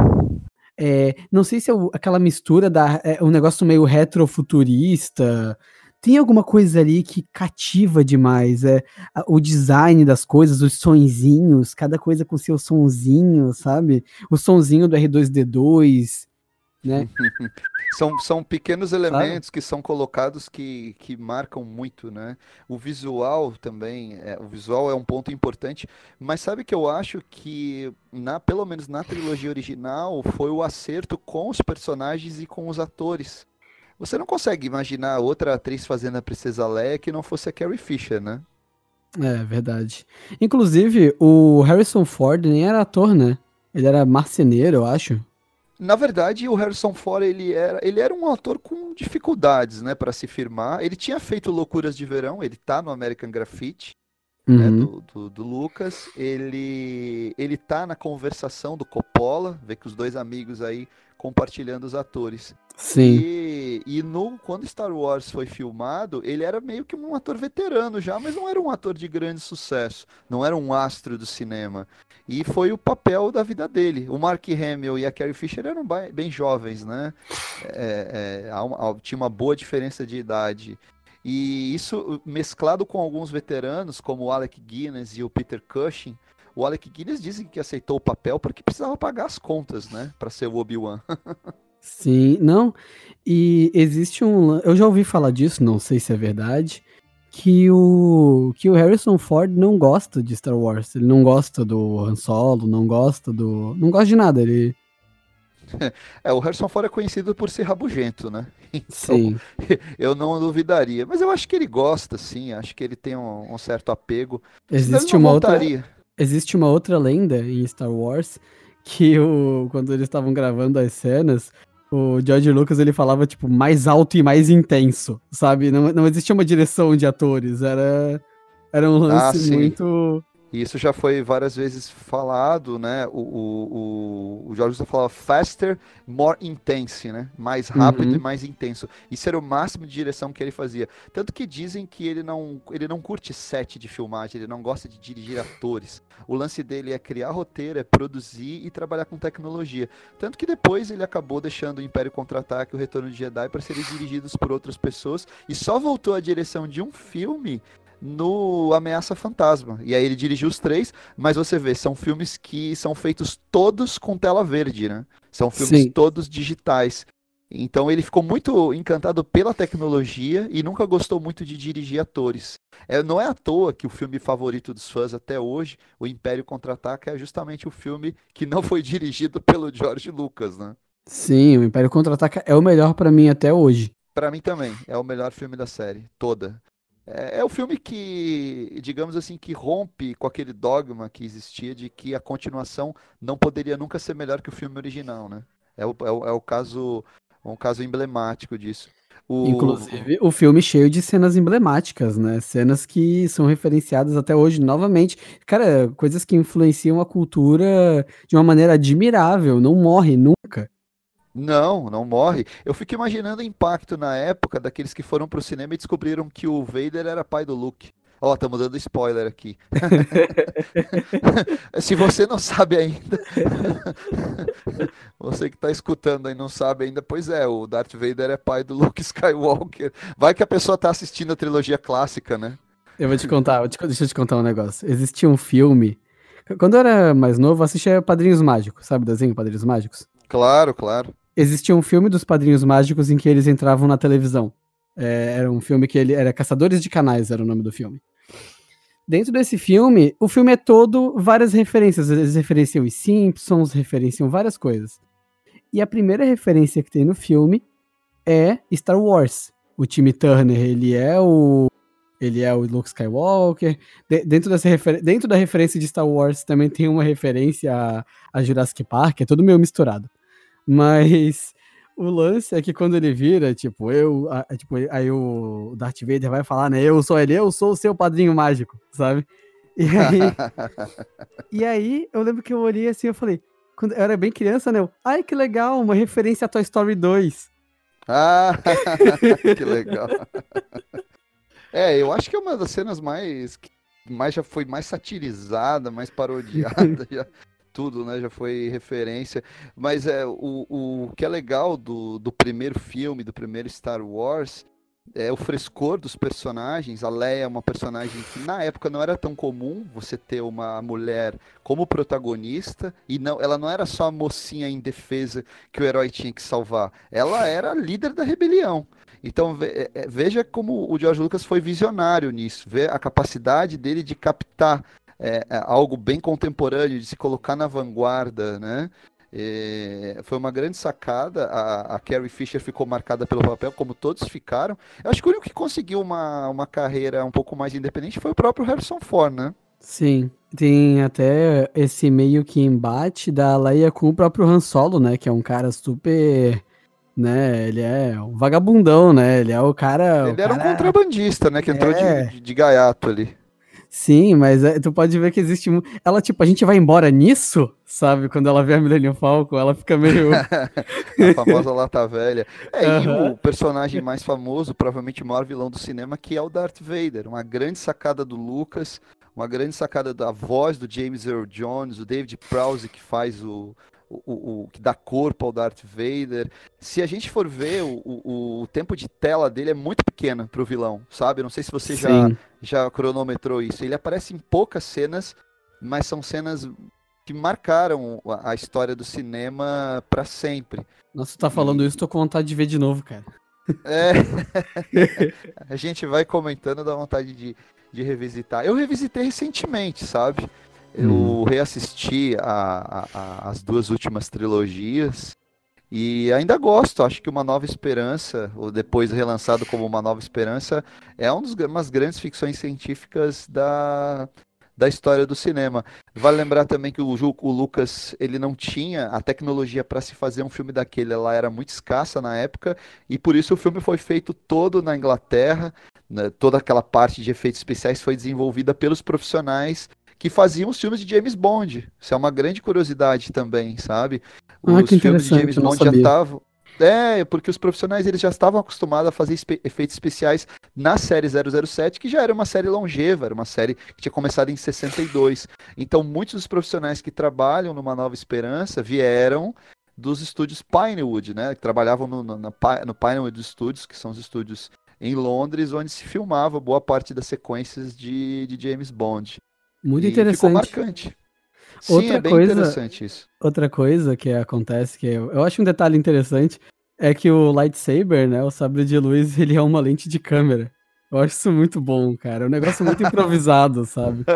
É, não sei se é o- aquela mistura da é, um negócio meio retrofuturista. Tem alguma coisa ali que cativa demais. É a- o design das coisas, os sonzinhos, cada coisa com seu sonzinho, sabe? O sonzinho do R dois D dois, né? São, são pequenos Sabe? elementos que são colocados que, que marcam muito, né? O visual também, é, o visual é um ponto importante, mas sabe que eu acho que, na, pelo menos na trilogia original, foi o acerto com os personagens e com os atores. Você não consegue imaginar outra atriz fazendo a Princesa Leia que não fosse a Carrie Fisher, né? É verdade. Inclusive, o Harrison Ford nem era ator, né? Ele era marceneiro, eu acho. Na verdade, o Harrison Ford ele era, ele era um ator com dificuldades, né, para se firmar. Ele tinha feito Loucuras de Verão, ele tá no American Graffiti, né, Uhum. do, do, do Lucas. Ele ele tá na conversação do Coppola, vê que os dois amigos aí compartilhando os atores. Sim. E, e no, quando Star Wars foi filmado, ele era meio que um ator veterano já, mas não era um ator de grande sucesso, não era um astro do cinema. E foi o papel da vida dele. O Mark Hamill e a Carrie Fisher eram ba- bem jovens, né? É, é, há uma- há- tinha uma boa diferença de idade. E isso mesclado com alguns veteranos, como o Alec Guinness e o Peter Cushing. O Alec Guinness dizem que aceitou o papel porque precisava pagar as contas, né? Para ser o Obi-Wan. Sim, não. E existe um. lan- Eu já ouvi falar disso, não sei se é verdade. Que o, que o Harrison Ford não gosta de Star Wars. Ele não gosta do Han Solo, não gosta do. Não gosta de nada. Ele. É, o Harrison Ford é conhecido por ser rabugento, né? Então, Sim. eu não duvidaria. Mas eu acho que ele gosta, sim. Acho que ele tem um, um certo apego. Senão ele Existe não uma outra. voltaria. Existe uma outra lenda em Star Wars que o, quando eles estavam gravando as cenas, o George Lucas ele falava tipo mais alto e mais intenso, sabe? Não, não existia uma direção de atores, era era um Ah, lance sim. muito. E isso já foi várias vezes falado, né? O, o, o, o Jorge Lucas falava faster, more intense, né? Mais rápido e Uhum. mais intenso. Isso era o máximo de direção que ele fazia. Tanto que dizem que ele não, ele não curte set de filmagem, ele não gosta de dirigir atores. O lance dele é criar roteiro, é produzir e trabalhar com tecnologia. Tanto que depois ele acabou deixando o Império Contra-Ataque e o Retorno de Jedi para serem dirigidos por outras pessoas e só voltou à direção de um filme no Ameaça Fantasma. E aí ele dirigiu os três, mas você vê, são filmes que são feitos todos com tela verde, né? São filmes Sim. todos digitais. Então ele ficou muito encantado pela tecnologia e nunca gostou muito de dirigir atores. É, não é à toa que o filme favorito dos fãs até hoje, O Império Contra-Ataca, é justamente o filme que não foi dirigido pelo George Lucas, né? Sim, o Império Contra-Ataca é o melhor pra mim até hoje. Pra mim também, é o melhor filme da série, toda. É, é o filme que, digamos assim, que rompe com aquele dogma que existia de que a continuação não poderia nunca ser melhor que o filme original, né? É o, é o, é o caso, um caso emblemático disso. O, Inclusive, o filme cheio de cenas emblemáticas, né? Cenas que são referenciadas até hoje novamente. Cara, coisas que influenciam a cultura de uma maneira admirável, não morre nunca. não, não morre. Eu fico imaginando o impacto na época daqueles que foram pro cinema e descobriram que o Vader era pai do Luke. Ó, estamos dando spoiler aqui. Se você não sabe ainda, você que tá escutando aí não sabe ainda, pois é, o Darth Vader é pai do Luke Skywalker. Vai que a pessoa tá assistindo a trilogia clássica, né? Eu vou te contar, vou te- deixa eu te contar um negócio. Existia um filme. Quando eu era mais novo, eu assistia Padrinhos Mágicos, sabe o desenho Padrinhos Mágicos? Claro, claro. existia um filme dos Padrinhos Mágicos em que eles entravam na televisão. É, era um filme que ele era Caçadores de Canais, era o nome do filme. Dentro desse filme, o filme é todo várias referências. Eles referenciam os Simpsons, referenciam várias coisas. E a primeira referência que tem no filme é Star Wars. O Timmy Turner, ele é o ele é o Luke Skywalker. De, dentro, dessa refer, dentro da referência de Star Wars também tem uma referência a, a Jurassic Park, é tudo meio misturado. Mas o lance é que quando ele vira, tipo, eu, a, tipo, aí o Darth Vader vai falar, né, eu sou ele, eu sou o seu padrinho mágico, sabe? E aí, e aí eu lembro que eu olhei assim, eu falei, quando eu era bem criança, né, eu, ai que legal, uma referência a Toy Story dois. Ah, que legal. É, eu acho que é uma das cenas mais, mais já foi mais satirizada, mais parodiada, já, tudo, né? Já foi referência. Mas é o, o que é legal do, do primeiro filme, do primeiro Star Wars, é o frescor dos personagens. A Leia é uma personagem que na época não era tão comum você ter uma mulher como protagonista, e não, ela não era só a mocinha indefesa que o herói tinha que salvar. Ela era a líder da rebelião. Então ve- é, veja como o George Lucas foi visionário nisso, vê a capacidade dele de captar é, é, algo bem contemporâneo, de se colocar na vanguarda, né? É, foi uma grande sacada. A, a Carrie Fisher ficou marcada pelo papel, como todos ficaram. Eu acho que o único que conseguiu uma, uma carreira um pouco mais independente foi o próprio Harrison Ford, né? Sim, tem até esse meio que embate da Leia com o próprio Han Solo, né, que é um cara super, né, ele é um vagabundão, né, ele é o cara, o Ele era um cara, contrabandista, né? Que entrou de, é, de, de gaiato ali. sim, mas é, tu pode ver que existe, mu- ela tipo, a gente vai embora nisso, sabe, quando ela vê a Millennium Falcon, ela fica meio, A famosa lata velha. É, e aham, o personagem mais famoso, provavelmente o maior vilão do cinema, que é o Darth Vader. Uma grande sacada do Lucas, uma grande sacada da voz do James Earl Jones, o David Prowse que faz o, o, o- o- que dá corpo ao Darth Vader. Se a gente for ver, o, o, o tempo de tela dele é muito pequeno pro vilão, sabe? Não sei se você já, sim. já cronometrou isso. Ele aparece em poucas cenas, mas são cenas que marcaram a a história do cinema para sempre. Nossa, tu tá falando E isso, tô com vontade de ver de novo, cara. é, a gente vai comentando, dá vontade de, de revisitar. Eu revisitei recentemente, sabe? Hum. Eu reassisti a- a- a- as duas últimas trilogias e ainda gosto. Acho que Uma Nova Esperança, ou depois relançado como Uma Nova Esperança, é um dos, umas grandes ficções científicas da, da história do cinema. Vale lembrar também que o, Ju- o Lucas, ele não tinha a tecnologia para se fazer um filme daquele, ela era muito escassa na época, e por isso o filme foi feito todo na Inglaterra, né, toda aquela parte de efeitos especiais foi desenvolvida pelos profissionais que faziam os filmes de James Bond. Isso é uma grande curiosidade também, sabe? Ah, que Os filmes de interessante, James eu não Bond já sabia. estavam. É, porque os profissionais eles já estavam acostumados a fazer espe- efeitos especiais na série zero zero sete, que já era uma série longeva, era uma série que tinha começado em sessenta e dois. Então, muitos dos profissionais que trabalham numa Nova Esperança vieram dos estúdios Pinewood, né? Que trabalhavam no, no, na Pi- no Pinewood Studios, que são os estúdios em Londres, onde se filmava boa parte das sequências de, de James Bond. Muito E ficou interessante. marcante. Sim, é Outra bem coisa, interessante isso. outra coisa que acontece, que eu, eu acho um detalhe interessante, é que o lightsaber, né, o sabre de luz, ele é uma lente de câmera. Eu acho isso muito bom, cara. É um negócio muito improvisado, sabe?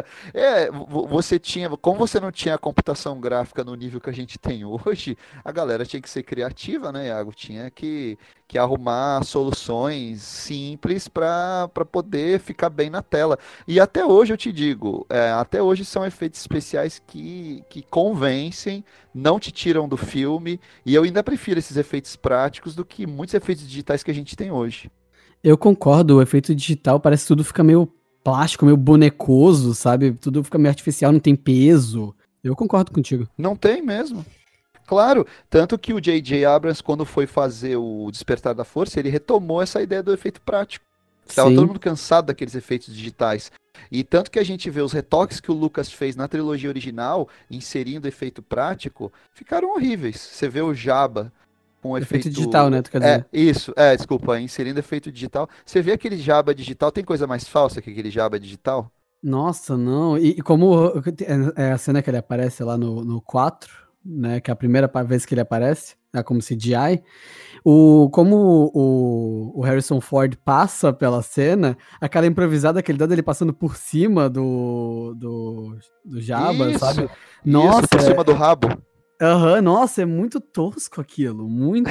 É, vo- você tinha, como você não tinha a computação gráfica no nível que a gente tem hoje, a galera tinha que ser criativa, né, Iago? Tinha que, que arrumar soluções simples para para poder ficar bem na tela. E até hoje eu te digo, é, até hoje são efeitos especiais que, que convencem, não te tiram do filme, e eu ainda prefiro esses efeitos práticos do que muitos efeitos digitais que a gente tem hoje. Eu concordo, o efeito digital parece que tudo fica meio plástico, meio bonecoso, sabe? Tudo fica meio artificial, não tem peso. Eu concordo contigo. Não tem mesmo. Claro, tanto que o J J. Abrams, quando foi fazer o Despertar da Força, ele retomou essa ideia do efeito prático. Estava todo Sim, mundo cansado daqueles efeitos digitais. E tanto que a gente vê os retoques que o Lucas fez na trilogia original, inserindo efeito prático, ficaram horríveis. Você vê o Jabba com efeito digital, efeito. né, tu quer É, dizer? isso, é, desculpa, inserindo efeito digital. Você vê aquele Jabba digital, tem coisa mais falsa que aquele Jabba digital? Nossa, não. E, e como é é a cena que ele aparece lá no, no quatro, né? Que é a primeira pa- vez que ele aparece. né, como C G I, o, como o, o Harrison Ford passa pela cena, aquela improvisada que ele dá dele passando por cima do, do, do Jabba, Isso, sabe? isso, Nossa, por cima é, do rabo. aham, nossa, é muito tosco aquilo, muito.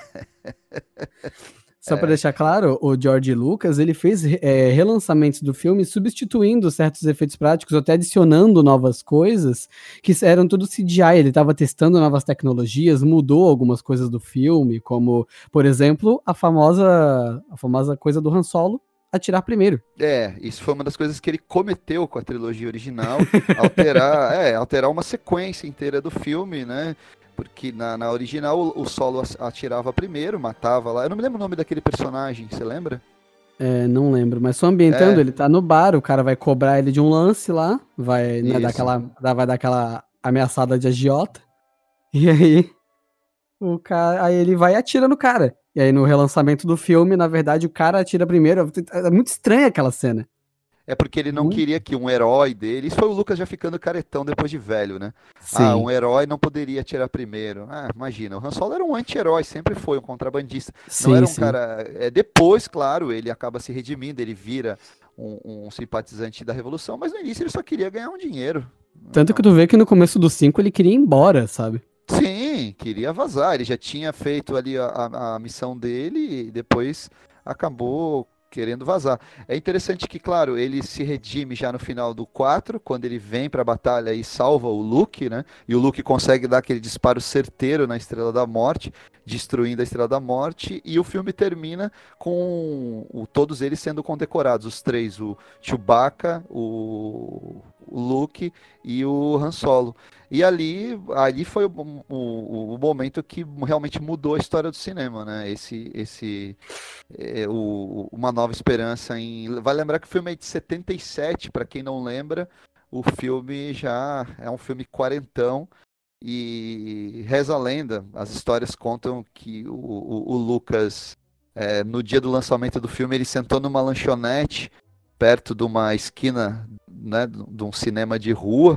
Só pra deixar claro, o George Lucas, ele fez é, relançamentos do filme substituindo certos efeitos práticos, ou até adicionando novas coisas, que eram tudo C G I. Ele tava testando novas tecnologias, mudou algumas coisas do filme, como, por exemplo, a famosa, a famosa coisa do Han Solo atirar primeiro. É, isso foi uma das coisas que ele cometeu com a trilogia original, alterar, é, alterar uma sequência inteira do filme, né? Porque na, na original o, o Solo atirava primeiro, matava lá. Eu não me lembro o nome daquele personagem, você lembra? É, não lembro, mas só ambientando, É. ele tá no bar, o cara vai cobrar ele de um lance lá, vai, né, dar Isso. aquela, vai dar aquela ameaçada de agiota, e aí o cara, aí ele vai e atira no cara. E aí no relançamento do filme, na verdade, o cara atira primeiro. É muito estranha aquela cena. É porque ele não Muito. queria que um herói dele. Isso foi o Lucas já ficando caretão depois de velho, né? Sim. Ah, um herói não poderia atirar primeiro. Ah, imagina, o Han Solo era um anti-herói, sempre foi um contrabandista. Sim, não era um sim. cara. É, depois, claro, ele acaba se redimindo, ele vira um, um simpatizante da Revolução, mas no início ele só queria ganhar um dinheiro. Tanto Então, que tu vê que no começo do cinco ele queria ir embora, sabe? sim, queria vazar. Ele já tinha feito ali a, a, a missão dele e depois acabou querendo vazar. É interessante que, claro, ele se redime já no final do quatro, quando ele vem pra batalha e salva o Luke, né? E o Luke consegue dar aquele disparo certeiro na Estrela da Morte, destruindo a Estrela da Morte, e o filme termina com o, todos eles sendo condecorados, os três, o Chewbacca, o, o Luke e o Han Solo. E ali, ali foi o, o, o momento que realmente mudou a história do cinema, né? Esse, esse, é, o, uma nova esperança em. Vai lembrar que o filme é de setenta e sete, para quem não lembra, o filme já é um filme quarentão. E reza a lenda, as histórias contam que o, o, o Lucas, é, no dia do lançamento do filme, ele sentou numa lanchonete perto de uma esquina, né, de um cinema de rua,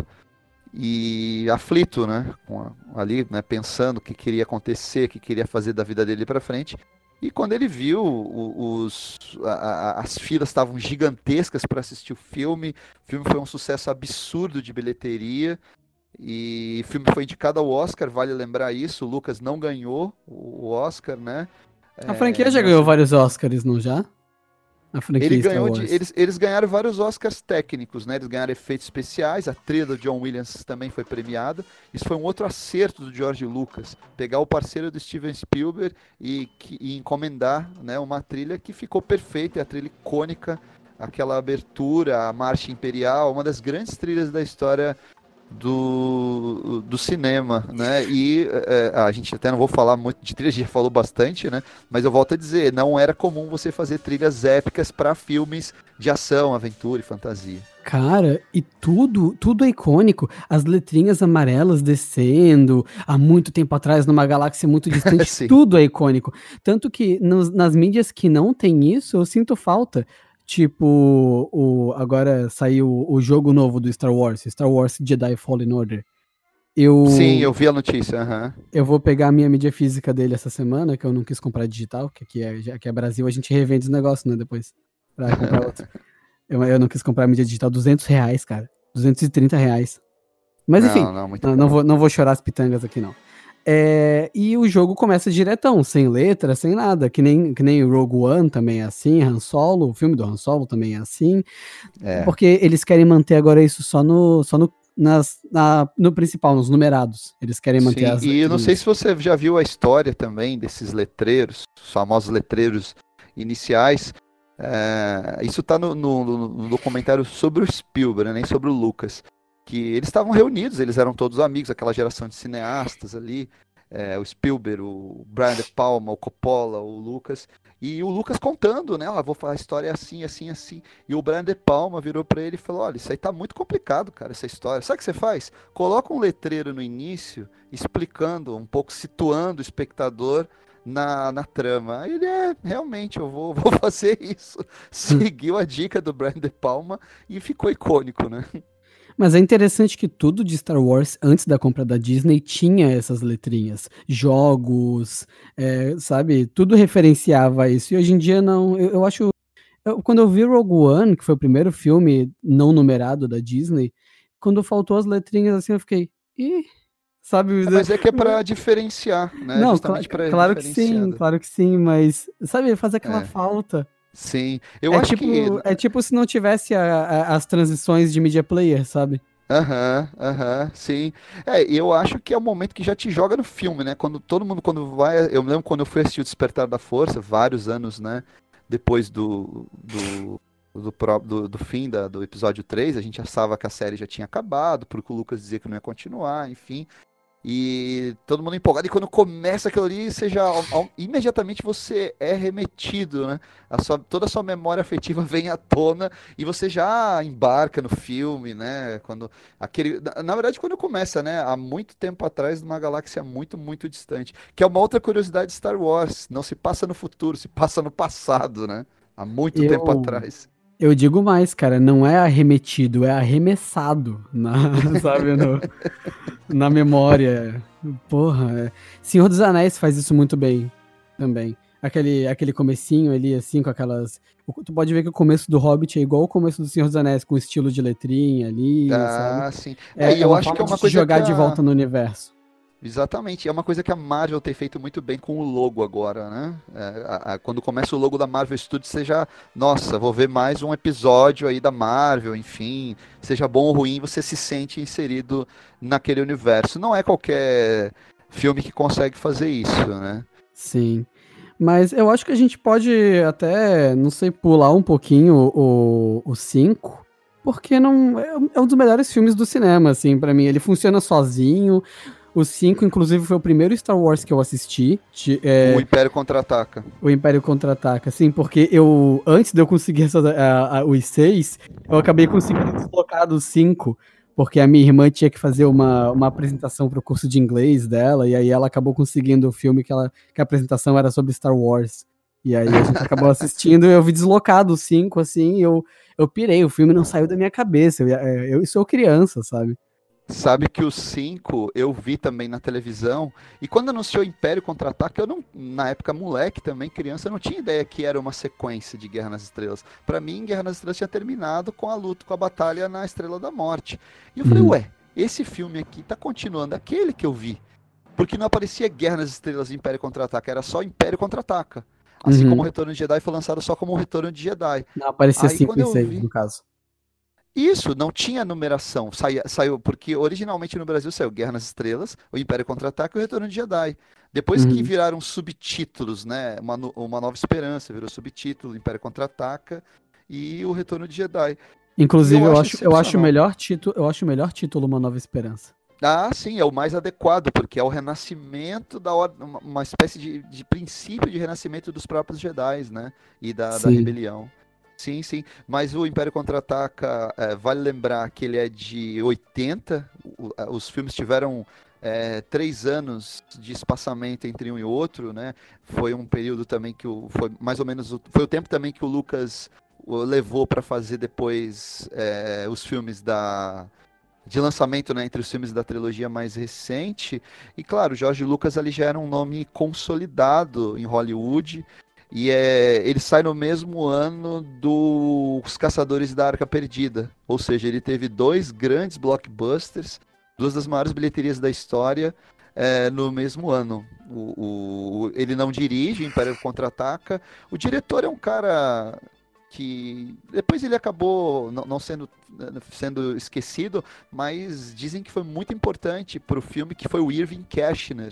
e aflito, né, com a, ali, né, pensando o que queria acontecer, o que queria fazer da vida dele para frente. E quando ele viu, os, a, a, as filas estavam gigantescas para assistir o filme, o filme foi um sucesso absurdo de bilheteria, e o filme foi indicado ao Oscar, vale lembrar isso, o Lucas não ganhou o Oscar, né? A franquia É, já não ganhou sei- vários Oscars, não já? A franquia Ele Star ganhou de, Wars. eles, eles ganharam vários Oscars técnicos, né? Eles ganharam efeitos especiais, a trilha do John Williams também foi premiada. Isso foi um outro acerto do George Lucas, pegar o parceiro do Steven Spielberg e, que- e encomendar, né, uma trilha que ficou perfeita, é a trilha icônica, aquela abertura, a Marcha Imperial, uma das grandes trilhas da história do, do cinema, né? E é, a gente até não vou falar muito de trilha, a gente já falou bastante, né? Mas eu volto a dizer, não era comum você fazer trilhas épicas para filmes de ação, aventura e fantasia. Cara, e tudo, tudo é icônico. As letrinhas amarelas descendo há muito tempo atrás, numa galáxia muito distante, Sim. tudo é icônico. Tanto que nos- nas mídias que não tem isso, eu sinto falta. Tipo, o, agora saiu o jogo novo do Star Wars, Star Wars Jedi Fallen Order. Eu, Sim, eu vi a notícia. aham. eu vou pegar a minha mídia física dele essa semana, que eu não quis comprar digital, que aqui é, aqui é Brasil, a gente revende os negócios, né, depois, pra comprar outro. Eu, eu não quis comprar a mídia digital, duzentos reais, cara. duzentos e trinta reais. Mas enfim, Não, não, muito não, bom. não vou, não vou chorar as pitangas aqui, não. É, e o jogo começa diretão, sem letra, sem nada. Que nem, que nem Rogue One também é assim, Han Solo, o filme do Han Solo também é assim. É. Porque eles querem manter agora isso só no, só no, nas, na, no principal, nos numerados. Eles querem manter Sim, as e eu não letrinhas. sei se você já viu a história também desses letreiros, os famosos letreiros iniciais. É, isso está no, no- no documentário sobre o Spielberg, né, nem sobre o Lucas. Que eles estavam reunidos, eles eram todos amigos, aquela geração de cineastas ali. é, o Spielberg, o Brian De Palma, o Coppola, o Lucas. E o Lucas contando, né? Ó, vou falar a história assim, assim, assim. E o Brian De Palma virou pra ele e falou: olha, isso aí tá muito complicado, cara, essa história. Sabe o que você faz? Coloca um letreiro no início, explicando, um pouco situando o espectador na, na trama. Aí ele é, realmente, eu vou, vou fazer isso. Seguiu a dica do Brian De Palma e ficou icônico, né? Mas é interessante que tudo de Star Wars, antes da compra da Disney, tinha essas letrinhas. Jogos, é, sabe? Tudo referenciava isso. E hoje em dia, não. Eu, eu acho. Eu- quando eu vi Rogue One, que foi o primeiro filme não numerado da Disney, quando faltou as letrinhas assim, eu fiquei. Ih, sabe? É, mas é que é para diferenciar, né? Não, cla- Justamente para claro que diferenciar. sim, claro que sim, mas, sabe, faz aquela É, falta. sim. Eu É acho que. tipo, é tipo se não tivesse a- a- as transições de media player, sabe? Aham, aham, sim. É, e eu acho que é o momento que já te joga no filme, né? Quando todo mundo, quando vai. Eu me lembro quando eu fui assistir o Despertar da Força, vários anos, né? Depois do, do, do, pró- do, do fim da, do episódio três a gente achava que a série já tinha acabado, porque o Lucas dizia que não ia continuar, enfim. E todo mundo empolgado. E quando começa aquilo ali, você já ao- ao- imediatamente você é remetido, né? A sua, toda a sua memória afetiva vem à tona e você já embarca no filme, né? Quando aquele, na, na verdade, quando começa, né? Há muito tempo atrás, numa galáxia muito, muito distante. Que é uma outra curiosidade de Star Wars. Não se passa no futuro, se passa no passado, né? Há muito tempo Eu, atrás. eu digo mais, cara, não é arremetido, é arremessado, na, sabe, no, na memória. Porra, é. Senhor dos Anéis faz isso muito bem também. Aquele, aquele comecinho ali, assim, com aquelas. o- Tu pode ver que o começo do Hobbit é igual o começo do Senhor dos Anéis, com estilo de letrinha ali, sabe? Ah, sim. É, e É, é eu uma acho que forma é de uma te coisa que jogar de a. volta no universo. Exatamente, é uma coisa que a Marvel tem feito muito bem com o logo agora, né? É, a- a- quando começa o logo da Marvel Studios, você já, nossa, vou ver mais um episódio aí da Marvel, enfim, seja bom ou ruim, você se sente inserido naquele universo. Não é qualquer filme que consegue fazer isso, né? Sim. Mas eu acho que a gente pode até, não sei, pular um pouquinho o, o cinco, porque não é, um é um dos melhores filmes do cinema, assim, pra mim. Ele funciona sozinho. O cinco, inclusive, foi o primeiro Star Wars que eu assisti. de- O é, Império Contra-Ataca. o Império Contra-Ataca, assim, porque eu, antes de eu conseguir essa, a- a- os seis, eu acabei conseguindo desblocar dos cinco, porque a minha irmã tinha que fazer uma, uma apresentação para o curso de inglês dela, e aí ela acabou conseguindo o filme que, ela, que a apresentação era sobre Star Wars. E aí a gente acabou assistindo e eu vi deslocado os cinco, assim, e eu, eu pirei, o filme não saiu da minha cabeça, eu, eu, eu sou criança, sabe? Sabe que o cinco eu vi também na televisão, e quando anunciou Império Contra-Ataque, eu não, na época moleque também, criança, eu não tinha ideia que era uma sequência de Guerra nas Estrelas. Pra mim, Guerra nas Estrelas tinha terminado com a luta, com a batalha na Estrela da Morte. E eu falei, Uhum. ué, esse filme aqui tá continuando aquele que eu vi. Porque não aparecia Guerra nas Estrelas e Império Contra-Ataca, era só Império Contra-Ataca. Assim como o Uhum. Retorno de Jedi foi lançado só como o Retorno de Jedi. Não aparecia Aí cinco quando e eu seis vi, no caso. isso, não tinha numeração. Saía, saiu, porque originalmente no Brasil saiu Guerra nas Estrelas, o Império Contra-Ataca e o Retorno de Jedi. Depois que Uhum. viraram subtítulos, né? Uma, no- uma Nova Esperança virou subtítulo, Império Contra-Ataca e o Retorno de Jedi. E Inclusive, eu eu acho acho, eu acho o excepcional. melhor título, eu acho o melhor título Uma Nova Esperança. Ah, sim, é o mais adequado, porque é o renascimento da ordem, uma uma espécie de, de princípio de renascimento dos próprios Jedi, né? E da, da Sim. rebelião. Sim, sim. Mas o Império Contra-Ataca, é, vale lembrar que ele é de oitenta. o- a- os filmes tiveram é, três anos de espaçamento entre um e outro, né? Foi um período também que o, foi mais ou menos o, foi o tempo também que o Lucas o, levou para fazer depois é, os filmes da de lançamento, né, entre os filmes da trilogia mais recente. E claro, George Lucas ali já era um nome consolidado em Hollywood. E é, ele sai no mesmo ano dos Caçadores da Arca Perdida. Ou seja, ele teve dois grandes blockbusters, duas das maiores bilheterias da história, é, no mesmo ano. O, o- ele não dirige, Império Contra-Ataca. O diretor é um cara que depois ele acabou não, não sendo, sendo esquecido, mas dizem que foi muito importante para o filme, que foi o Irving Kershner.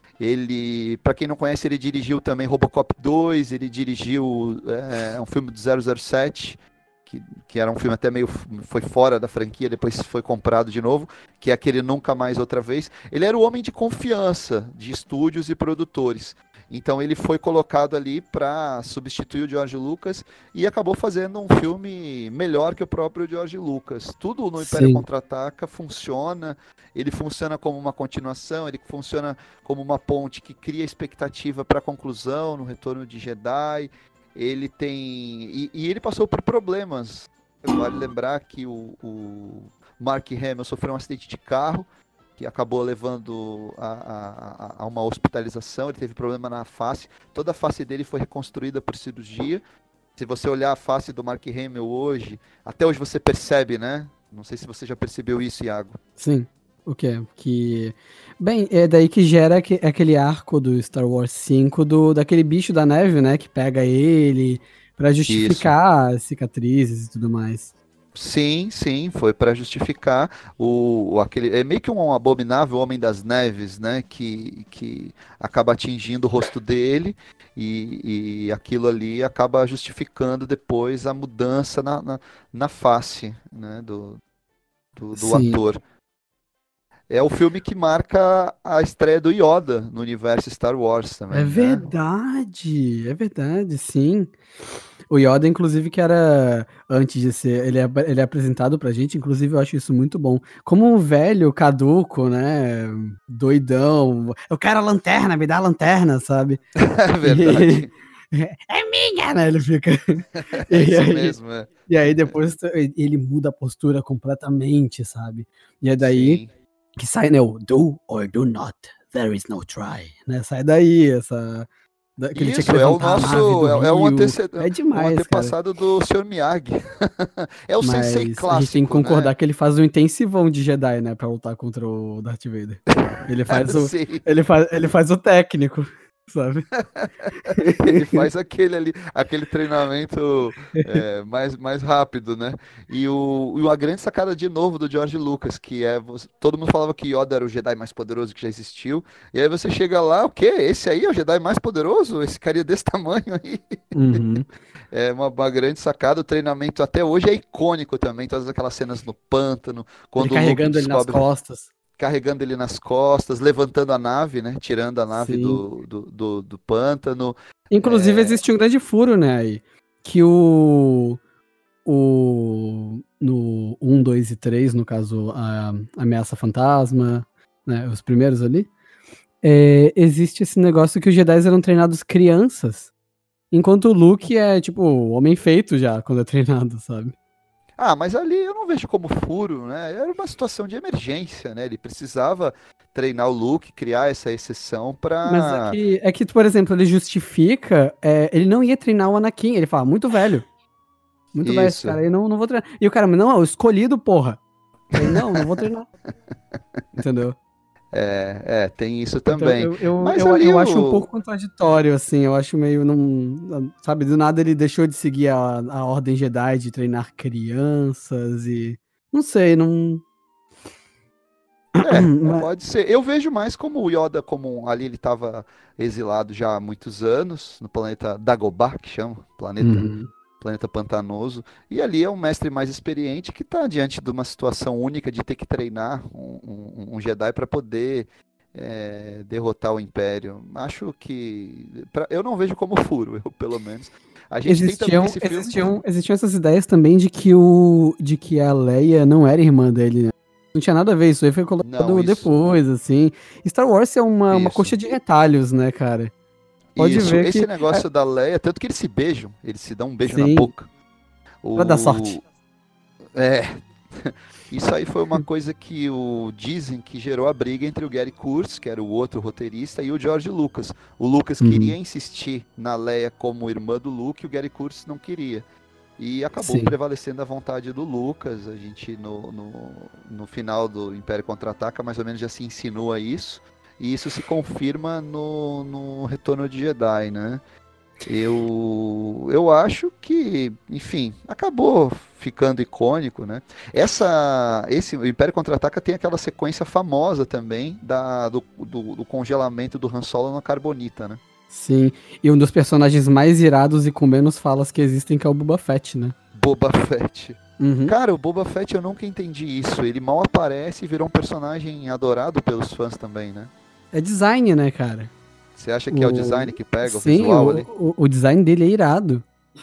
Ele, para quem não conhece, ele dirigiu também Robocop dois, ele dirigiu é, um filme do zero zero sete, que, que era um filme até meio, foi fora da franquia, depois foi comprado de novo, que é aquele Nunca Mais Outra Vez. Ele era o homem de confiança de estúdios e produtores. Então ele foi colocado ali para substituir o George Lucas e acabou fazendo um filme melhor que o próprio George Lucas. Tudo no Império Sim. Contra-Ataca funciona, ele funciona como uma continuação, ele funciona como uma ponte que cria expectativa para a conclusão no Retorno de Jedi. Ele tem. E, e ele passou por problemas. Vale lembrar que o, o, Mark Hamill sofreu um acidente de carro, que acabou levando a, a, a uma hospitalização, ele teve problema na face, toda a face dele foi reconstruída por cirurgia. Se você olhar a face do Mark Hamill hoje, até hoje você percebe, né? Não sei se você já percebeu isso, Iago. Sim, o quê? Que... Bem, é daí que gera que, aquele arco do Star Wars cinco, do, daquele bicho da neve, né? Que pega ele pra justificar as cicatrizes e tudo mais. Sim, sim, foi para justificar o, o- aquele é meio que um abominável Homem das Neves, né, que, que acaba atingindo o rosto dele e, e aquilo ali acaba justificando depois a mudança na, na, na face, né, do, do, do Sim, ator. É o filme que marca a estreia do Yoda no universo Star Wars é também, né? verdade, é verdade, sim. O Yoda, inclusive, que era, antes de ser, ele é, ele é apresentado pra gente, inclusive eu acho isso muito bom. Como um velho caduco, né, doidão, eu quero a lanterna, me dá a lanterna, sabe? É E, verdade, é minha, né, ele fica, é e isso aí, mesmo, é. e aí depois ele muda a postura completamente, sabe? E é daí Sim. que sai, né, o do or do not, there is no try, né, sai daí, essa, da- que ele tinha que Isso, é o levantar a nave nosso, do é, é um, rio, anteced... é um demais, cara. antepassado do senhor Miyagi. É o sensei Mas a gente tem que clássico, né? concordar que ele faz um intensivão de Jedi, né, pra lutar contra o Darth Vader. Ele faz o, Sim, ele faz, ele faz o técnico, sabe? ele faz aquele ali, aquele treinamento é, mais, mais rápido, né? E, o, e uma grande sacada de novo do George Lucas, que é, você- todo mundo falava que Yoda era o Jedi mais poderoso que já existiu, e aí você chega lá, o quê? Esse aí é o Jedi mais poderoso? Esse carinha desse tamanho aí? Uhum. É uma, uma grande sacada, o treinamento até hoje é icônico também, todas aquelas cenas no pântano, Ele quando o Luke carregando ele nas descobre, costas. carregando ele nas costas, levantando a nave, né? Tirando a nave Sim. do, do, do, do pântano. Inclusive É, existe um grande furo, né, aí, que o o no um, dois e três, no caso a Ameaça Fantasma, né, os primeiros ali, é, existe esse negócio que os Jedi eram treinados crianças, enquanto o Luke é tipo homem feito já quando é treinado, sabe? Ah, mas ali eu não vejo como furo, né? Era uma situação de emergência, né? Ele precisava treinar o Luke, criar essa exceção Mas é pra. que, é que, por exemplo, ele justifica, é, ele não ia treinar o Anakin, ele fala, muito velho, muito velho esse Isso. cara aí, não, não vou treinar. E o cara, mas não, é o escolhido, porra. Eu falei, não, não vou treinar. Entendeu? É, é, tem isso Então, também. eu, eu, Mas eu, ali eu acho um o. pouco contraditório, assim, eu acho meio, não, sabe, do nada ele deixou de seguir a, a Ordem Jedi de treinar crianças e, não sei, não... É, Mas- pode ser. Eu vejo mais como o Yoda, como um- ali ele estava exilado já há muitos anos, no planeta Dagobah, que chama, planeta, Uhum. planeta pantanoso. E ali é um mestre mais experiente que está diante de uma situação única de ter que treinar um, um- um Jedi para poder é, derrotar o Império. Acho que. pra- eu não vejo como furo, eu, pelo menos. A gente tem também Existiam, esse filme. existiam, existiam essas ideias também de que, o, de que a Leia não era irmã dele, né? Não tinha nada a ver, isso aí foi Não, colocado isso. depois, assim. Star Wars é uma, uma Isso. coxa de retalhos, né, cara? Pode Isso, ver esse que. É, negócio da Leia, tanto que eles se beijam, eles se dão um beijo na sim, boca. pra dar sorte. O... É, isso aí foi uma coisa que o dizem que gerou a briga entre o Gary Kurtz, que era o outro roteirista, e o George Lucas. O Lucas Uhum, queria insistir na Leia como irmã do Luke, e o Gary Kurtz não queria. E acabou sim. prevalecendo a vontade do Lucas. A gente, no, no, no final do Império Contra-Ataca, mais ou menos já se insinua isso. E isso se confirma no, no Retorno de Jedi, né? Eu, eu acho que, enfim, acabou ficando icônico, né? Essa, esse, o Império Contra-Ataca tem aquela sequência famosa também da, do, do, do congelamento do Han Solo na Carbonita, né? Sim. E um dos personagens mais irados e com menos falas que existem, que é o Boba Fett, né? Boba Fett. Uhum. Cara, o Boba Fett eu nunca entendi isso. Ele mal aparece e virou um personagem adorado pelos fãs também, né? É design, né, cara? Você acha que é o design que pega, o Sim, visual o, ali? o, o design dele é irado.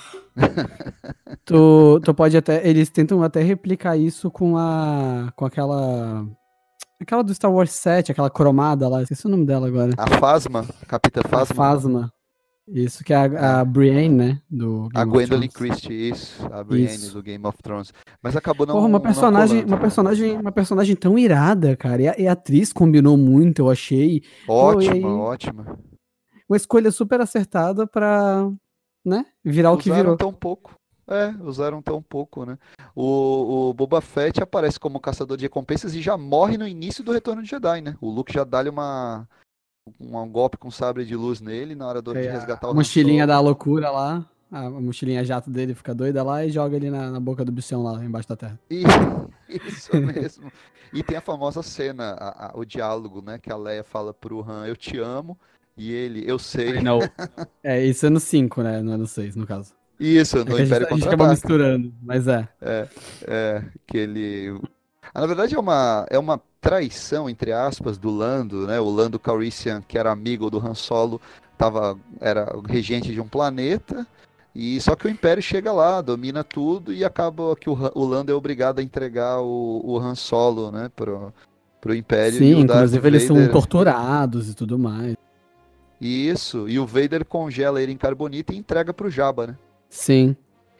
Tu, tu pode até. Eles tentam até replicar isso com a. Com aquela. Aquela do Star Wars sete, aquela cromada lá. Esqueci o nome dela agora. A Phasma, a Capitã A Phasma, Phasma. Isso que é a, a Brienne, né? Do A Game of Gwendolyn Thrones. Christie, isso, a Brienne Isso. do Game of Thrones. Mas acabou Porra, uma não, não personagem, colando. uma personagem, uma personagem tão irada, cara. E a, e a atriz combinou muito, eu achei. Pô, e Ótima, aí, ótima. uma escolha super acertada pra, né, virar o que Usaram virou. tão pouco. É, usaram tão pouco, né? O, o Boba Fett aparece como caçador de recompensas e já morre no início do Retorno de Jedi, né? O Luke já dá-lhe uma, um, um golpe com sabre de luz nele na hora do- de É, resgatar a o Han mochilinha da Solo. loucura lá, a, a mochilinha jato dele fica doida lá e joga ele na, na boca do bichão lá embaixo da terra. E, isso mesmo. E tem a famosa cena, a- a- o diálogo, né? Que a Leia fala pro Han, eu te amo, e ele, eu sei. I know. É, isso é no cinco, né? Não é no seis, no caso. Isso, É no que a gente, Império a gente acaba Contra-Ataca. misturando, mas é. É, é, que ele. Ah, na verdade é uma, é uma traição, entre aspas, do Lando, né? O Lando Calrissian, que era amigo do Han Solo, tava, era o regente de um planeta, e só que o Império chega lá, domina tudo, e acaba que o, Han- o Lando é obrigado a entregar o, o Han Solo, né, pro, pro Império, e Sim, o Darth inclusive eles são Vader. torturados e tudo mais. Isso, e o Vader congela ele em carbonita e entrega pro Jabba, né? Sim.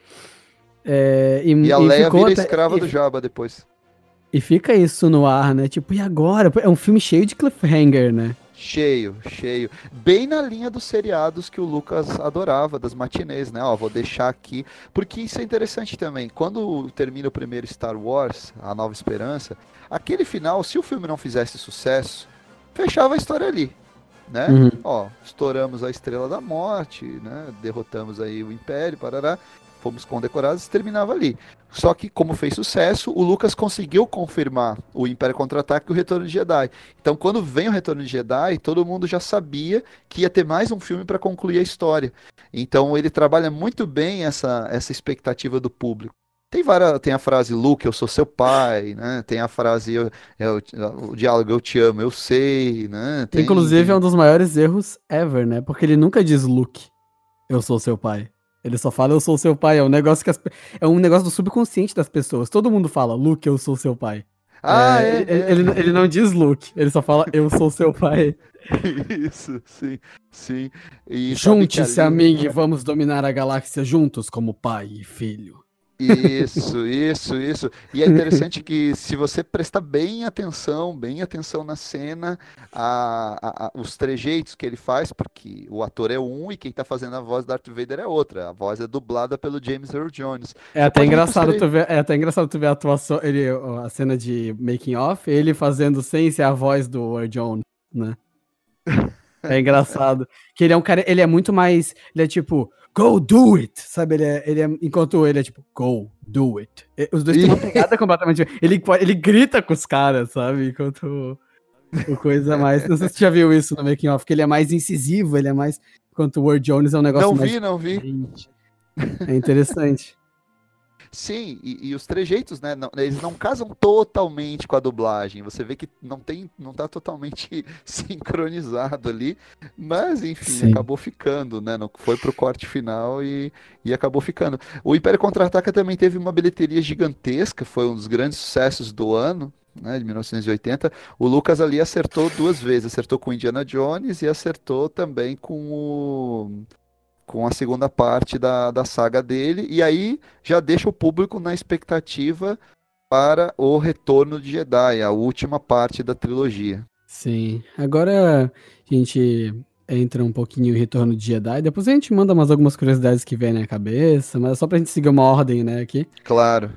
É, e, E a e Leia ficou vira até, escrava e, do Jabba depois. e fica isso no ar, né? Tipo, e agora? É um filme cheio de cliffhanger, né? Cheio, cheio. Bem na linha dos seriados que o Lucas adorava, das matinês, né? Ó, vou deixar aqui. Porque isso é interessante também. Quando termina o primeiro Star Wars, A Nova Esperança, aquele final, se o filme não fizesse sucesso, fechava a história ali, né? Uhum. Ó, estouramos a Estrela da Morte, né? Derrotamos aí o Império, parará. Fomos condecorados e terminava ali. Só que, como fez sucesso, o Lucas conseguiu confirmar o Império Contra-Ataque e o Retorno de Jedi. Então, quando vem o Retorno de Jedi, todo mundo já sabia que ia ter mais um filme para concluir a história. Então, ele trabalha muito bem essa, essa expectativa do público. Tem, várias, tem a frase, Luke, eu sou seu pai, né? Tem a frase, eu, eu, o diálogo, eu te amo, eu sei, né? Tem, Inclusive, é tem... um dos maiores erros ever, né? Porque ele nunca diz Luke, eu sou seu pai. Ele só fala, eu sou seu pai. É um negócio que as, é um negócio do subconsciente das pessoas. Todo mundo fala, Luke, eu sou seu pai. Ah, É, é, ele, é. ele, ele não diz Luke, ele só fala, eu sou seu pai. Isso, sim, sim. E sabe que Junte-se, ali... amigo, e vamos dominar a galáxia juntos como pai e filho. Isso, isso, isso. E é interessante que se você prestar bem atenção, bem atenção na cena, a, a- a- os trejeitos que ele faz, porque o ator é um e quem tá fazendo a voz do Darth Vader é outra. A voz é dublada pelo James Earl Jones. É Você até pode ver que os engraçado tre... tu ver, é até engraçado tu ver a atuação, ele, a cena de making off, ele fazendo sem ser a voz do Earl Jones, né? É engraçado. Que ele é um cara, ele é muito mais, ele é tipo, go do it, sabe? Ele é, ele é, enquanto ele é tipo, go do it. E os dois têm uma pegada completamente, ele, ele grita com os caras, sabe? Enquanto o coisa mais, não sei se você já viu isso no making off, que ele é mais incisivo, ele é mais, enquanto o Earl Jones é um negócio Não mais... vi, não vi. Gente, é interessante. Sim, e, e os trejeitos, né? Não, eles não casam totalmente com a dublagem. Você vê que não tem, não tá totalmente sincronizado ali, mas enfim, Sim. acabou ficando, né? Não foi pro corte final e, e acabou ficando. O Império Contra-Ataca também teve uma bilheteria gigantesca, foi um dos grandes sucessos do ano, né? De mil novecentos e oitenta. O Lucas ali acertou duas vezes, acertou com Indiana Jones e acertou também com o com a segunda parte da, da saga dele, e aí já deixa o público na expectativa para o Retorno de Jedi, a última parte da trilogia. Sim. Agora a gente entra um pouquinho em Retorno de Jedi, depois a gente manda mais algumas curiosidades que vem na cabeça, mas é só pra gente seguir uma ordem, né, aqui. Claro.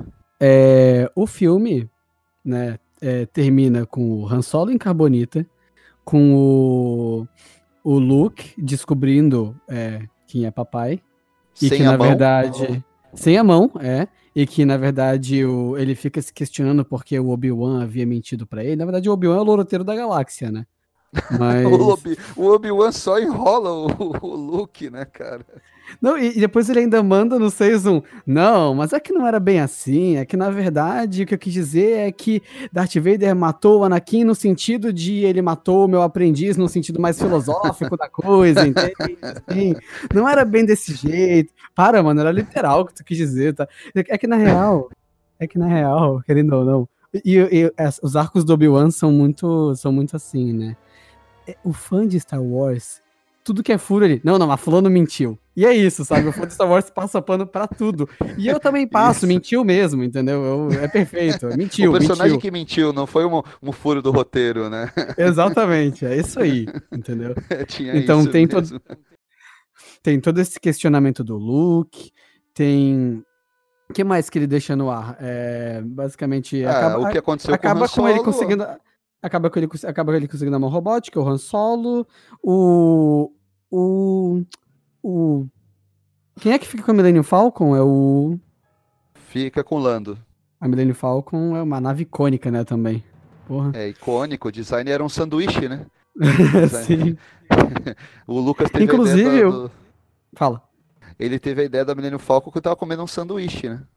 É, o filme, né, é, termina com o Han Solo em Carbonita, com o, o Luke descobrindo é, quem é papai, e Sem que a na mão. verdade, sem a mão, é, e que na verdade o, ele fica se questionando porque o Obi-Wan havia mentido pra ele. Na verdade o Obi-Wan é o loroteiro da galáxia, né? Mas... O Obi- o Obi-Wan só enrola o, o Luke, né, cara? Não, e, e depois ele ainda manda no seis um, não, mas é que não era bem assim, é que na verdade o que eu quis dizer é que Darth Vader matou o Anakin no sentido de ele matou o meu aprendiz no sentido mais filosófico da coisa, entende? Assim, não era bem desse jeito. Para, mano, era literal o que tu quis dizer, tá? É que na real, é que na real, querendo ou não, e, e as- os arcos do Obi-Wan são muito, são muito assim, né? O fã de Star Wars, tudo que é furo ali. Não, não, a fulano mentiu. E é isso, sabe? O fã de Star Wars passa pano pra tudo. E eu também passo, isso. mentiu mesmo, entendeu? Eu, é perfeito, mentiu, O personagem mentiu. que mentiu, não foi um, um furo do roteiro, né? Exatamente, é isso aí, entendeu? Tinha então isso tem mesmo. todo tem todo esse questionamento do Luke, tem... O que mais que ele deixa no ar? É, basicamente, ah, acaba, o que aconteceu acaba com, com ele conseguindo... Acaba com ele, acaba com ele conseguindo a mão robótica, o Han Solo, o... O... o quem é que fica com a Millennium Falcon? É o... Fica com o Lando. A Millennium Falcon é uma nave icônica, né, também. Porra. É icônico, o design era um sanduíche, né? Sim. O Lucas teve Inclusive, a ideia do... eu... Fala. Ele teve a ideia da Millennium Falcon que eu tava comendo um sanduíche, né?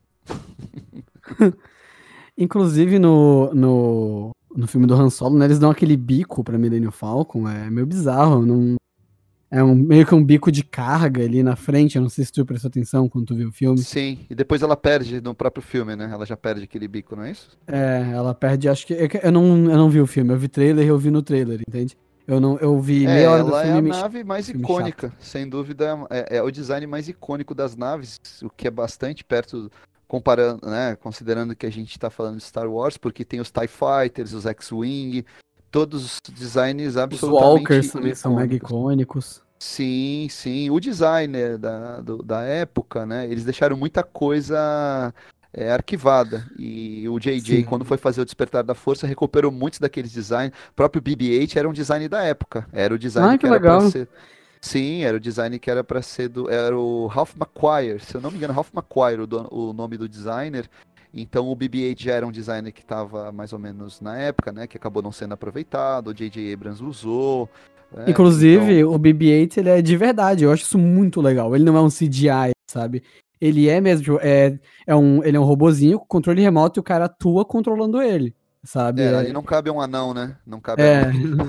Inclusive, no, no, no filme do Han Solo, né, eles dão aquele bico pra Millennium Falcon, é meio bizarro, não... É um, meio que um bico de carga ali na frente, eu não sei se tu prestou atenção quando tu viu o filme. Sim, e depois ela perde no próprio filme, né? Ela já perde aquele bico, não é isso? É, ela perde, acho que... Eu não, eu não vi o filme, eu vi trailer e eu vi no trailer, entende? Eu, não, eu vi É, meia hora do ela filme. é a me... nave mais filme icônica, chato. sem dúvida, é, é o design mais icônico das naves, o que é bastante perto, comparando, né, considerando que a gente está falando de Star Wars, porque tem os TIE Fighters, os X-Wing, todos os designs absolutamente Os Walkers também são mega icônicos. Sim, sim. O designer da, do- da época, né? Eles deixaram muita coisa é, arquivada. E o J J, Sim. quando foi fazer o Despertar da Força, recuperou muitos daqueles designs. O próprio B B oito era um design da época. Era o design Ah, que que era para legal. ser. Sim, era o design que era para ser do. Era o Ralph McQuire, se eu não me engano, Ralph McQuire, o, dono- o nome do designer. Então o B B oito já era um designer que estava mais ou menos na época, né? Que acabou não sendo aproveitado. O J J Abrams usou. né, Inclusive, Então. o B B oito, ele é de verdade, eu acho isso muito legal. Ele não é um C G I, sabe? Ele é mesmo, tipo, é, é um, ele é um robozinho com controle remoto e o cara atua controlando ele, sabe? É, ali É, não cabe um anão, né? Não cabe anão. é.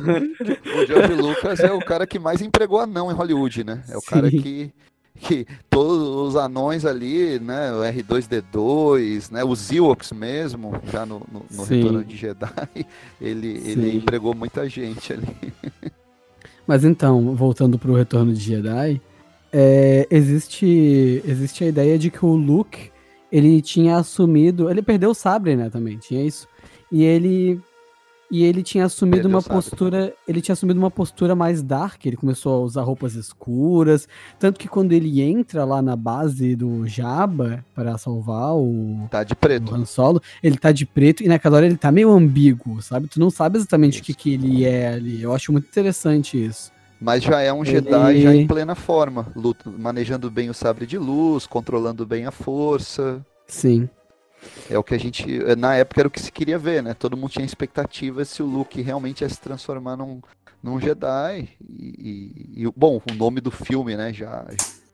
O George Lucas é o cara que mais empregou anão em Hollywood, né? É o cara Sim, que, que todos os anões ali, né? O R dois D dois, né? Os Ewoks mesmo, já no, no, no Retorno sim, de Jedi, ele, ele sim. empregou muita gente ali. Mas então, voltando pro Retorno de Jedi, é, existe, existe a ideia de que o Luke, ele tinha assumido, ele perdeu o sabre, né, também, tinha isso. E ele e ele tinha assumido Perdeu uma o sabre. postura, ele tinha assumido uma postura mais dark, ele começou a usar roupas escuras, tanto que quando ele entra lá na base do Jabba para salvar o, Tá de o preto. Han Solo, ele tá de preto e naquela hora ele tá meio ambíguo, sabe? Tu não sabe exatamente o que, Isso. que ele é ali. Eu acho muito interessante isso. Mas já é um Ele- Jedi já em plena forma, luta, manejando bem o sabre de luz, controlando bem a força. Sim. É o que a gente, na época era o que se queria ver, né? Todo mundo tinha expectativa se o Luke realmente ia se transformar num, num Jedi. E, e- e, bom, o nome do filme, né? Já,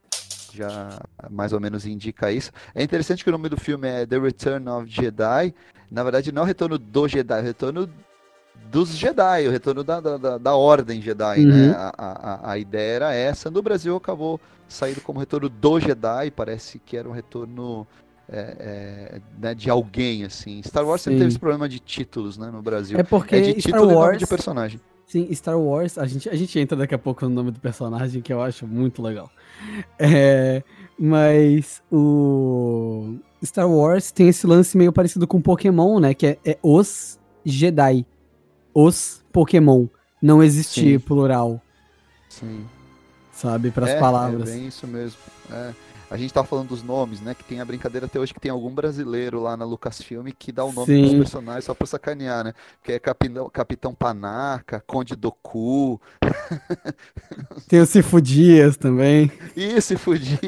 já mais ou menos indica isso. É interessante que o nome do filme é The Return of Jedi. Na verdade, não é o retorno do Jedi, é o retorno dos Jedi, o retorno da, da, da, da Ordem Jedi, Uhum. né? A, a, a ideia era essa. No Brasil acabou saindo como retorno do Jedi, parece que era um retorno é, é, né, de alguém, assim. Star Wars sempre Sim. teve esse problema de títulos, né, no Brasil. É porque É de Star título e nome Wars, de personagem. sim, Star Wars, a gente, a gente entra daqui a pouco no nome do personagem, que eu acho muito legal. É, mas o Star Wars tem esse lance meio parecido com Pokémon, né? Que é, é os Jedi. Os Pokémon. Não existe Sim. plural, Sim. sabe? Para as É, palavras. é bem isso mesmo. É. A gente tá falando dos nomes, né? Que tem a brincadeira até hoje que tem algum brasileiro lá na Lucasfilm que dá o nome Sim. dos personagens só pra sacanear, né? Que é Capitão, Capitão Panaca, Conde Doku. Tem o Cifu Dias também. Isso, Fudias.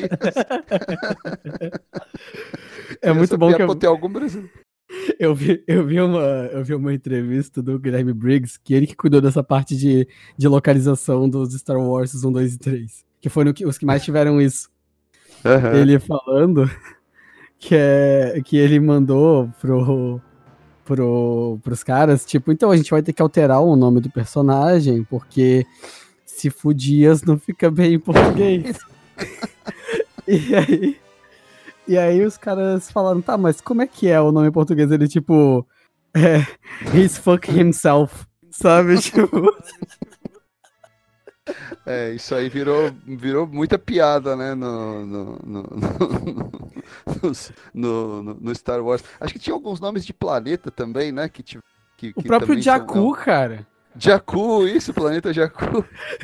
É muito bom que eu, Tem algum brasileiro. eu, vi, eu, vi uma, eu vi uma entrevista do Guilherme Briggs, que ele que cuidou dessa parte de, de localização dos Star Wars um, dois e três. Que foram os que mais tiveram isso. Uhum. Ele falando que, é, que ele mandou pro, pro, pros caras, tipo, então a gente vai ter que alterar o nome do personagem, porque Cifu Dias não fica bem em português. e aí, e aí os caras falaram, tá, mas como é que é o nome em português? Ele, tipo, é, he's fuck himself, sabe? Tipo... É, isso aí virou, virou muita piada, né, no, no, no, no, no- no- no Star Wars. Acho que tinha alguns nomes de planeta também, né, que, ti- que, O que próprio também são... É, Jakku, um- cara. Jakku, isso, planeta Jakku.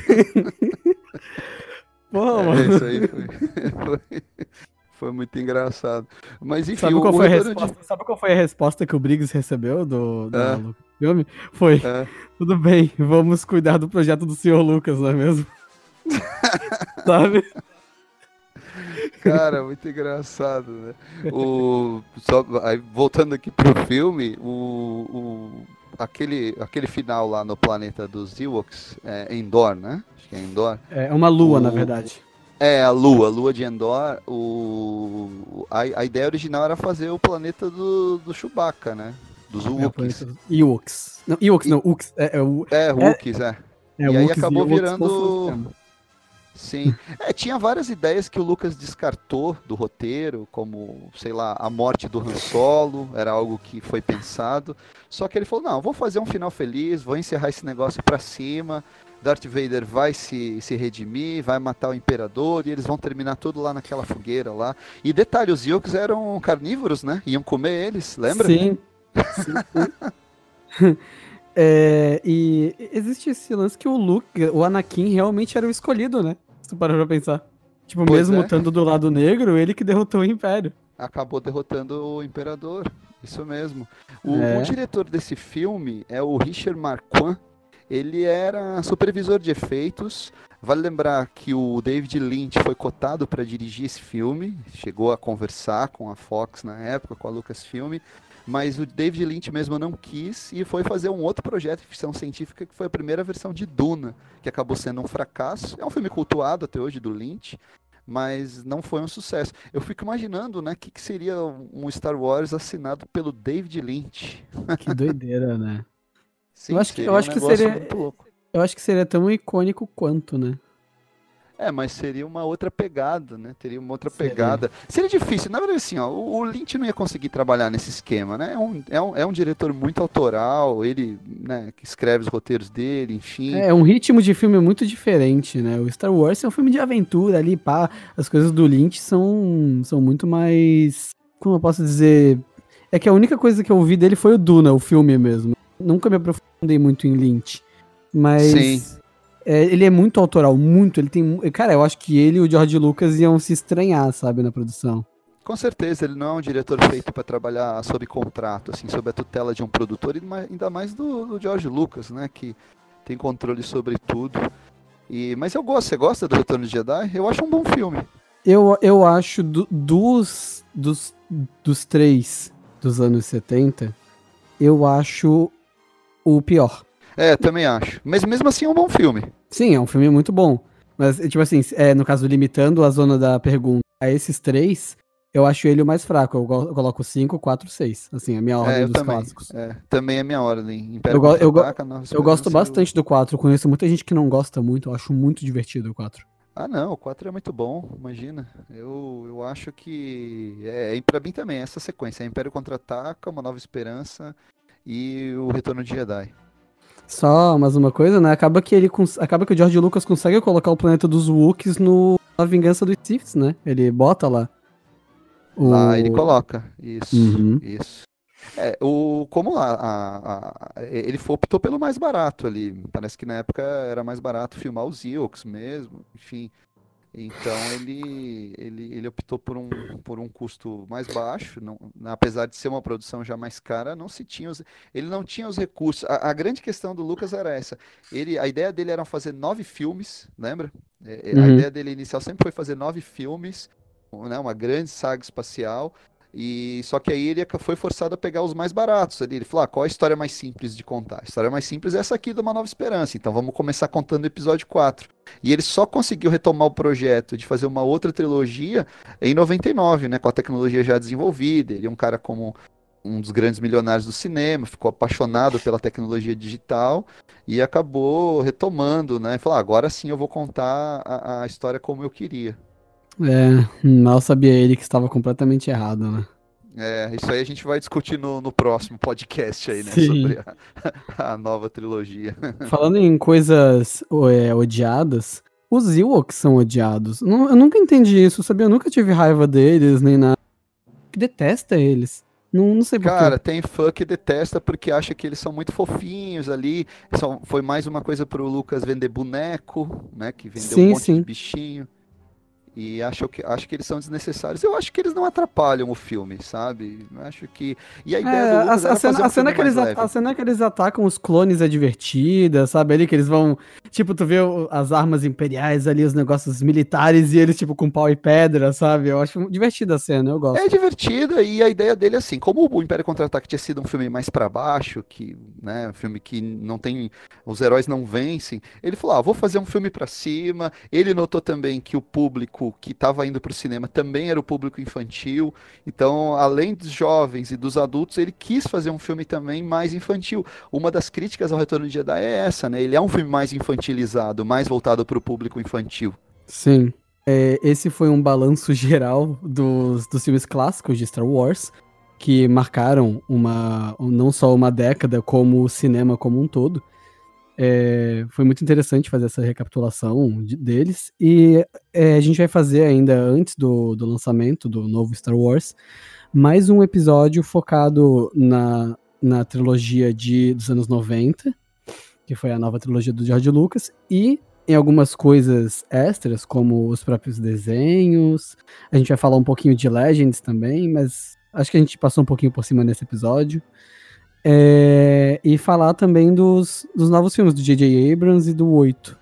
Pô, É, isso aí mano. foi, foi, foi muito engraçado. Mas enfim, Sabe o, qual o foi a retorno de... resposta? Sabe qual foi a resposta que o Briggs recebeu do da Ah, Lucasfilm? Foi: ah. tudo bem, vamos cuidar do projeto do senhor Lucas, não é mesmo? Sabe? Cara, muito engraçado, né? O, só, aí, voltando aqui pro filme, o, o, aquele, aquele final lá no planeta dos Ewoks, é Endor, né? Acho que é Endor. É uma lua, na O, verdade. é, a Lua, a Lua de Endor. O, a, a ideia original era fazer o planeta do, do Chewbacca, né? Dos É o planeta Wookiees. dos Ewoks. Não, Ewoks E, não, Ux. É, é, o- é, é, Wookiees, é. é E aí Wooks e acabou Ewoks, confuso virando. mesmo. Sim. É, tinha várias ideias que o Lucas descartou do roteiro, como, sei lá, a morte do Han Solo, era algo que foi pensado. Só que ele falou, não, vou fazer um final feliz, vou encerrar esse negócio pra cima, Darth Vader vai se, se redimir, vai matar o Imperador, e eles vão terminar tudo lá naquela fogueira lá. E detalhe, os Ewoks eram carnívoros, né? Iam comer eles, lembra? Sim, sim, sim. É, e existe esse lance que o Luke, o Anakin realmente era o escolhido, né? Se tu parar pra pensar. Tipo, Pois mesmo é, estando do lado negro, ele que derrotou o Império. acabou derrotando o Imperador. Isso mesmo. O, o É, diretor desse filme é o Richard Marquand. Ele era supervisor de efeitos. Vale lembrar que o David Lynch foi cotado para dirigir esse filme. Chegou a conversar com a Fox na época, com a Lucasfilm. Mas o David Lynch mesmo não quis e foi fazer um outro projeto de ficção científica que foi a primeira versão de Duna, que acabou sendo um fracasso. É um filme cultuado até hoje do Lynch, mas não foi um sucesso. Eu fico imaginando, né, o que, que seria um Star Wars assinado pelo David Lynch. que doideira, né? Eu Sim, acho que, eu seria um acho que negócio seria, muito louco. eu acho que seria tão icônico quanto, né? É, mas seria uma outra pegada, né? Teria uma outra Seria. pegada. Seria difícil. Na verdade, assim, ó, o o Lynch não ia conseguir trabalhar nesse esquema, né? É um, é um, é um diretor muito autoral, ele, né, que escreve os roteiros dele, enfim. É um ritmo de filme muito diferente, né? O Star Wars é um filme de aventura ali, pá. As coisas do Lynch são, são muito mais. Como eu posso dizer? É que a única coisa que eu vi dele foi o Duna, o filme mesmo. Nunca me aprofundei muito em Lynch. Sim, Mas é, ele é muito autoral, muito. Ele tem. mu- Cara, eu acho que ele e o George Lucas iam se estranhar, sabe, na produção. com certeza, ele não é um diretor feito para trabalhar sob contrato, assim, sob a tutela de um produtor, e ma- ainda mais do, do George Lucas, né, que tem controle sobre tudo. E, mas eu gosto, você gosta do Retorno de Jedi? Eu acho um bom filme. Eu, eu acho do- dos, dos, dos três dos anos setenta, eu acho o pior. É, também acho. Mas mesmo assim é um bom filme. Sim, é um filme muito bom. Mas, tipo assim, é, no caso, limitando a zona da pergunta a esses três, eu acho ele o mais fraco. Eu, go- eu coloco cinco, quatro, seis. Assim, a minha É, ordem eu dos também. clássicos. É, também é minha ordem. Eu, Império go- eu, go- Contra-Ataca, Nova eu gosto Esperança e o... bastante do quatro. Conheço muita gente que não gosta muito. Eu acho muito divertido o quatro. Ah, não, o quatro é muito bom, imagina. Eu, eu acho que... É, é, pra mim também, essa sequência. É Império Contra-Ataca, Uma Nova Esperança e o Retorno de Jedi. Só mais uma coisa, né? Acaba que ele cons- acaba que o George Lucas consegue colocar o planeta dos Wookiees no A Vingança dos Siths, né? Ele bota lá. Lá ele O... coloca. Isso, Uhum. isso. É, o, como lá, a- a- ele foi- optou pelo mais barato ali. Parece que na época era mais barato filmar os Ewoks mesmo, enfim. Então ele, ele, ele optou por um, por um custo mais baixo, não, apesar de ser uma produção já mais cara, não se tinha os, ele não tinha os recursos. A, a grande questão do Lucas era essa. Ele, a ideia dele era fazer nove filmes, lembra? É, é, a Uhum. ideia dele inicial sempre foi fazer nove filmes, né, uma grande saga espacial. E só que aí ele aca- foi forçado a pegar os mais baratos ali. Ele falou: ah, qual a história mais simples de contar? A história mais simples é essa aqui de Uma Nova Esperança. Então vamos começar contando o episódio quatro. E ele só conseguiu retomar o projeto de fazer uma outra trilogia em noventa e nove, né, com a tecnologia já desenvolvida. Ele é um cara como um dos grandes milionários do cinema, ficou apaixonado pela tecnologia digital e acabou retomando, né? Falou: ah, agora sim eu vou contar a, a história como eu queria. É, mal sabia ele que estava completamente errado, né? É, isso aí a gente vai discutir no, no próximo podcast aí, né? Sim. Sobre a, a nova trilogia. Falando em coisas é, odiadas, os Ewoks são odiados. Não- Eu nunca entendi isso, sabia? Eu nunca tive raiva deles, nem nada. Que detesta eles. Não, não sei porquê. Cara, tem fã que detesta porque acha que eles são muito fofinhos ali. São, foi mais uma coisa pro Lucas vender boneco, né? Que vendeu um Sim, monte de sim. bichinho. E acho que, acho que eles são desnecessários. Eu acho que eles não atrapalham o filme, sabe? Eu acho que. E a ideia É, do a, Lucas a era cena, fazer a, um cena filme que mais eles, a, leve. a cena que eles atacam os clones é divertida, sabe? Ali que eles vão. Tipo, tu vê o- as armas imperiais ali, os negócios militares e eles, tipo, com pau e pedra, sabe? Eu acho divertida a cena, eu É gosto. divertida e a ideia dele é assim, como o Império Contra-Ataque tinha sido um filme mais pra baixo, que, né, um filme que não tem, os heróis não vencem, ele falou, ah, vou fazer um filme pra cima. Ele notou também que o público que estava indo pro cinema também era o público infantil, então, além dos jovens e dos adultos, ele quis fazer um filme também mais infantil. Uma das críticas ao Retorno de Jedi é essa, né? Ele é um filme mais infantilizado, mais voltado pro público infantil. Sim. É, esse foi um balanço geral dos, dos filmes clássicos de Star Wars, que marcaram uma, não só uma década, como o cinema como um todo. É, foi muito interessante fazer essa recapitulação de- deles. E é, a gente vai fazer ainda, antes do, do lançamento do novo Star Wars, mais um episódio focado na, na trilogia de, dos anos noventa, que foi a nova trilogia do George Lucas, e em algumas coisas extras, como os próprios desenhos. A gente vai falar um pouquinho de Legends também, mas acho que a gente passou um pouquinho por cima nesse episódio. É, e falar também dos, dos novos filmes, do J J. Abrams e do oito.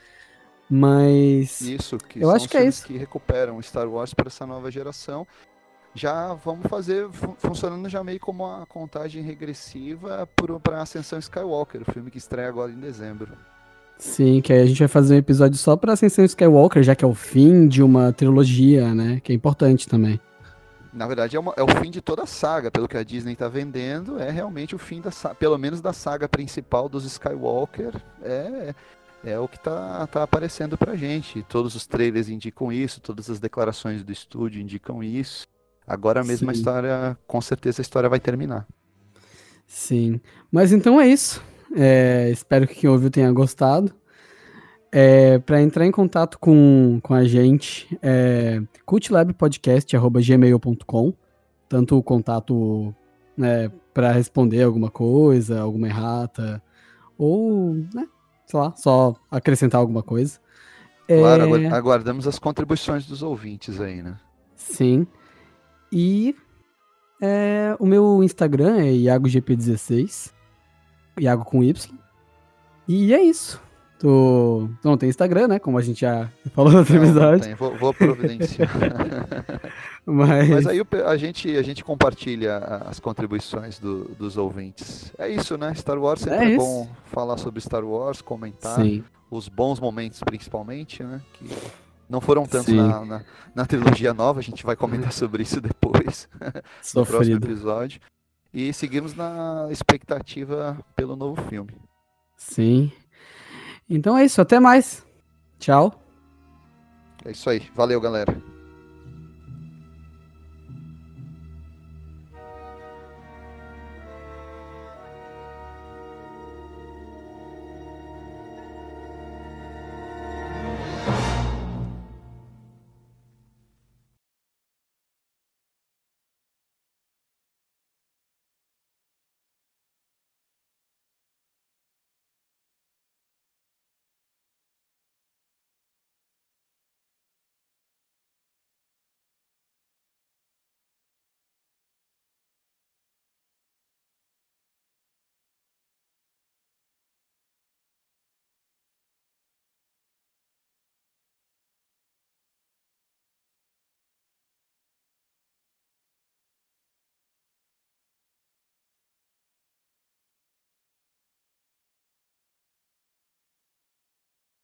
Mas Isso, que eu são acho os que é filmes isso. que recuperam Star Wars para essa nova geração. Já vamos fazer, fu- funcionando já meio como uma contagem regressiva para a Ascensão Skywalker, o filme que estreia agora em dezembro. Sim, que aí a gente vai fazer um episódio só pra Ascensão Skywalker, já que é o fim de uma trilogia, né? Que é importante também. Na verdade, é, uma- é o fim de toda a saga, pelo que a Disney está vendendo, é realmente o fim da saga, pelo menos da saga principal dos Skywalker, é, é o que tá, tá aparecendo pra gente. Todos os trailers indicam isso, todas as declarações do estúdio indicam isso. Agora mesmo a Sim, história, com certeza a história vai terminar. sim. Mas então é isso. É, espero que quem ouviu tenha gostado. É, para entrar em contato com, com a gente, é cultlabpodcast arroba gmail ponto com. Tanto o contato né, para responder alguma coisa, alguma errata, ou, né, sei lá, só acrescentar alguma coisa. Claro, agu- É, aguardamos as contribuições dos ouvintes aí, né? sim. E é, o meu Instagram é iago g p dezesseis, Iago com Y. E é isso. Tu, tu não tem Instagram, né? Como a gente já falou no outro Não, não episódio. tem, vou, vou providenciar. Mas Mas aí o pe- a gente, a gente compartilha a- as contribuições do- dos ouvintes. É isso, né? Star Wars sempre é é isso. bom falar sobre Star Wars, comentar Sim, os bons momentos principalmente, né? Que não foram tantos sim. na, na, na trilogia nova, a gente vai comentar sobre isso depois, no próximo Sofrido. episódio. E seguimos na expectativa pelo novo filme. Sim. Então é isso. Até mais. Tchau. É isso aí. Valeu, galera.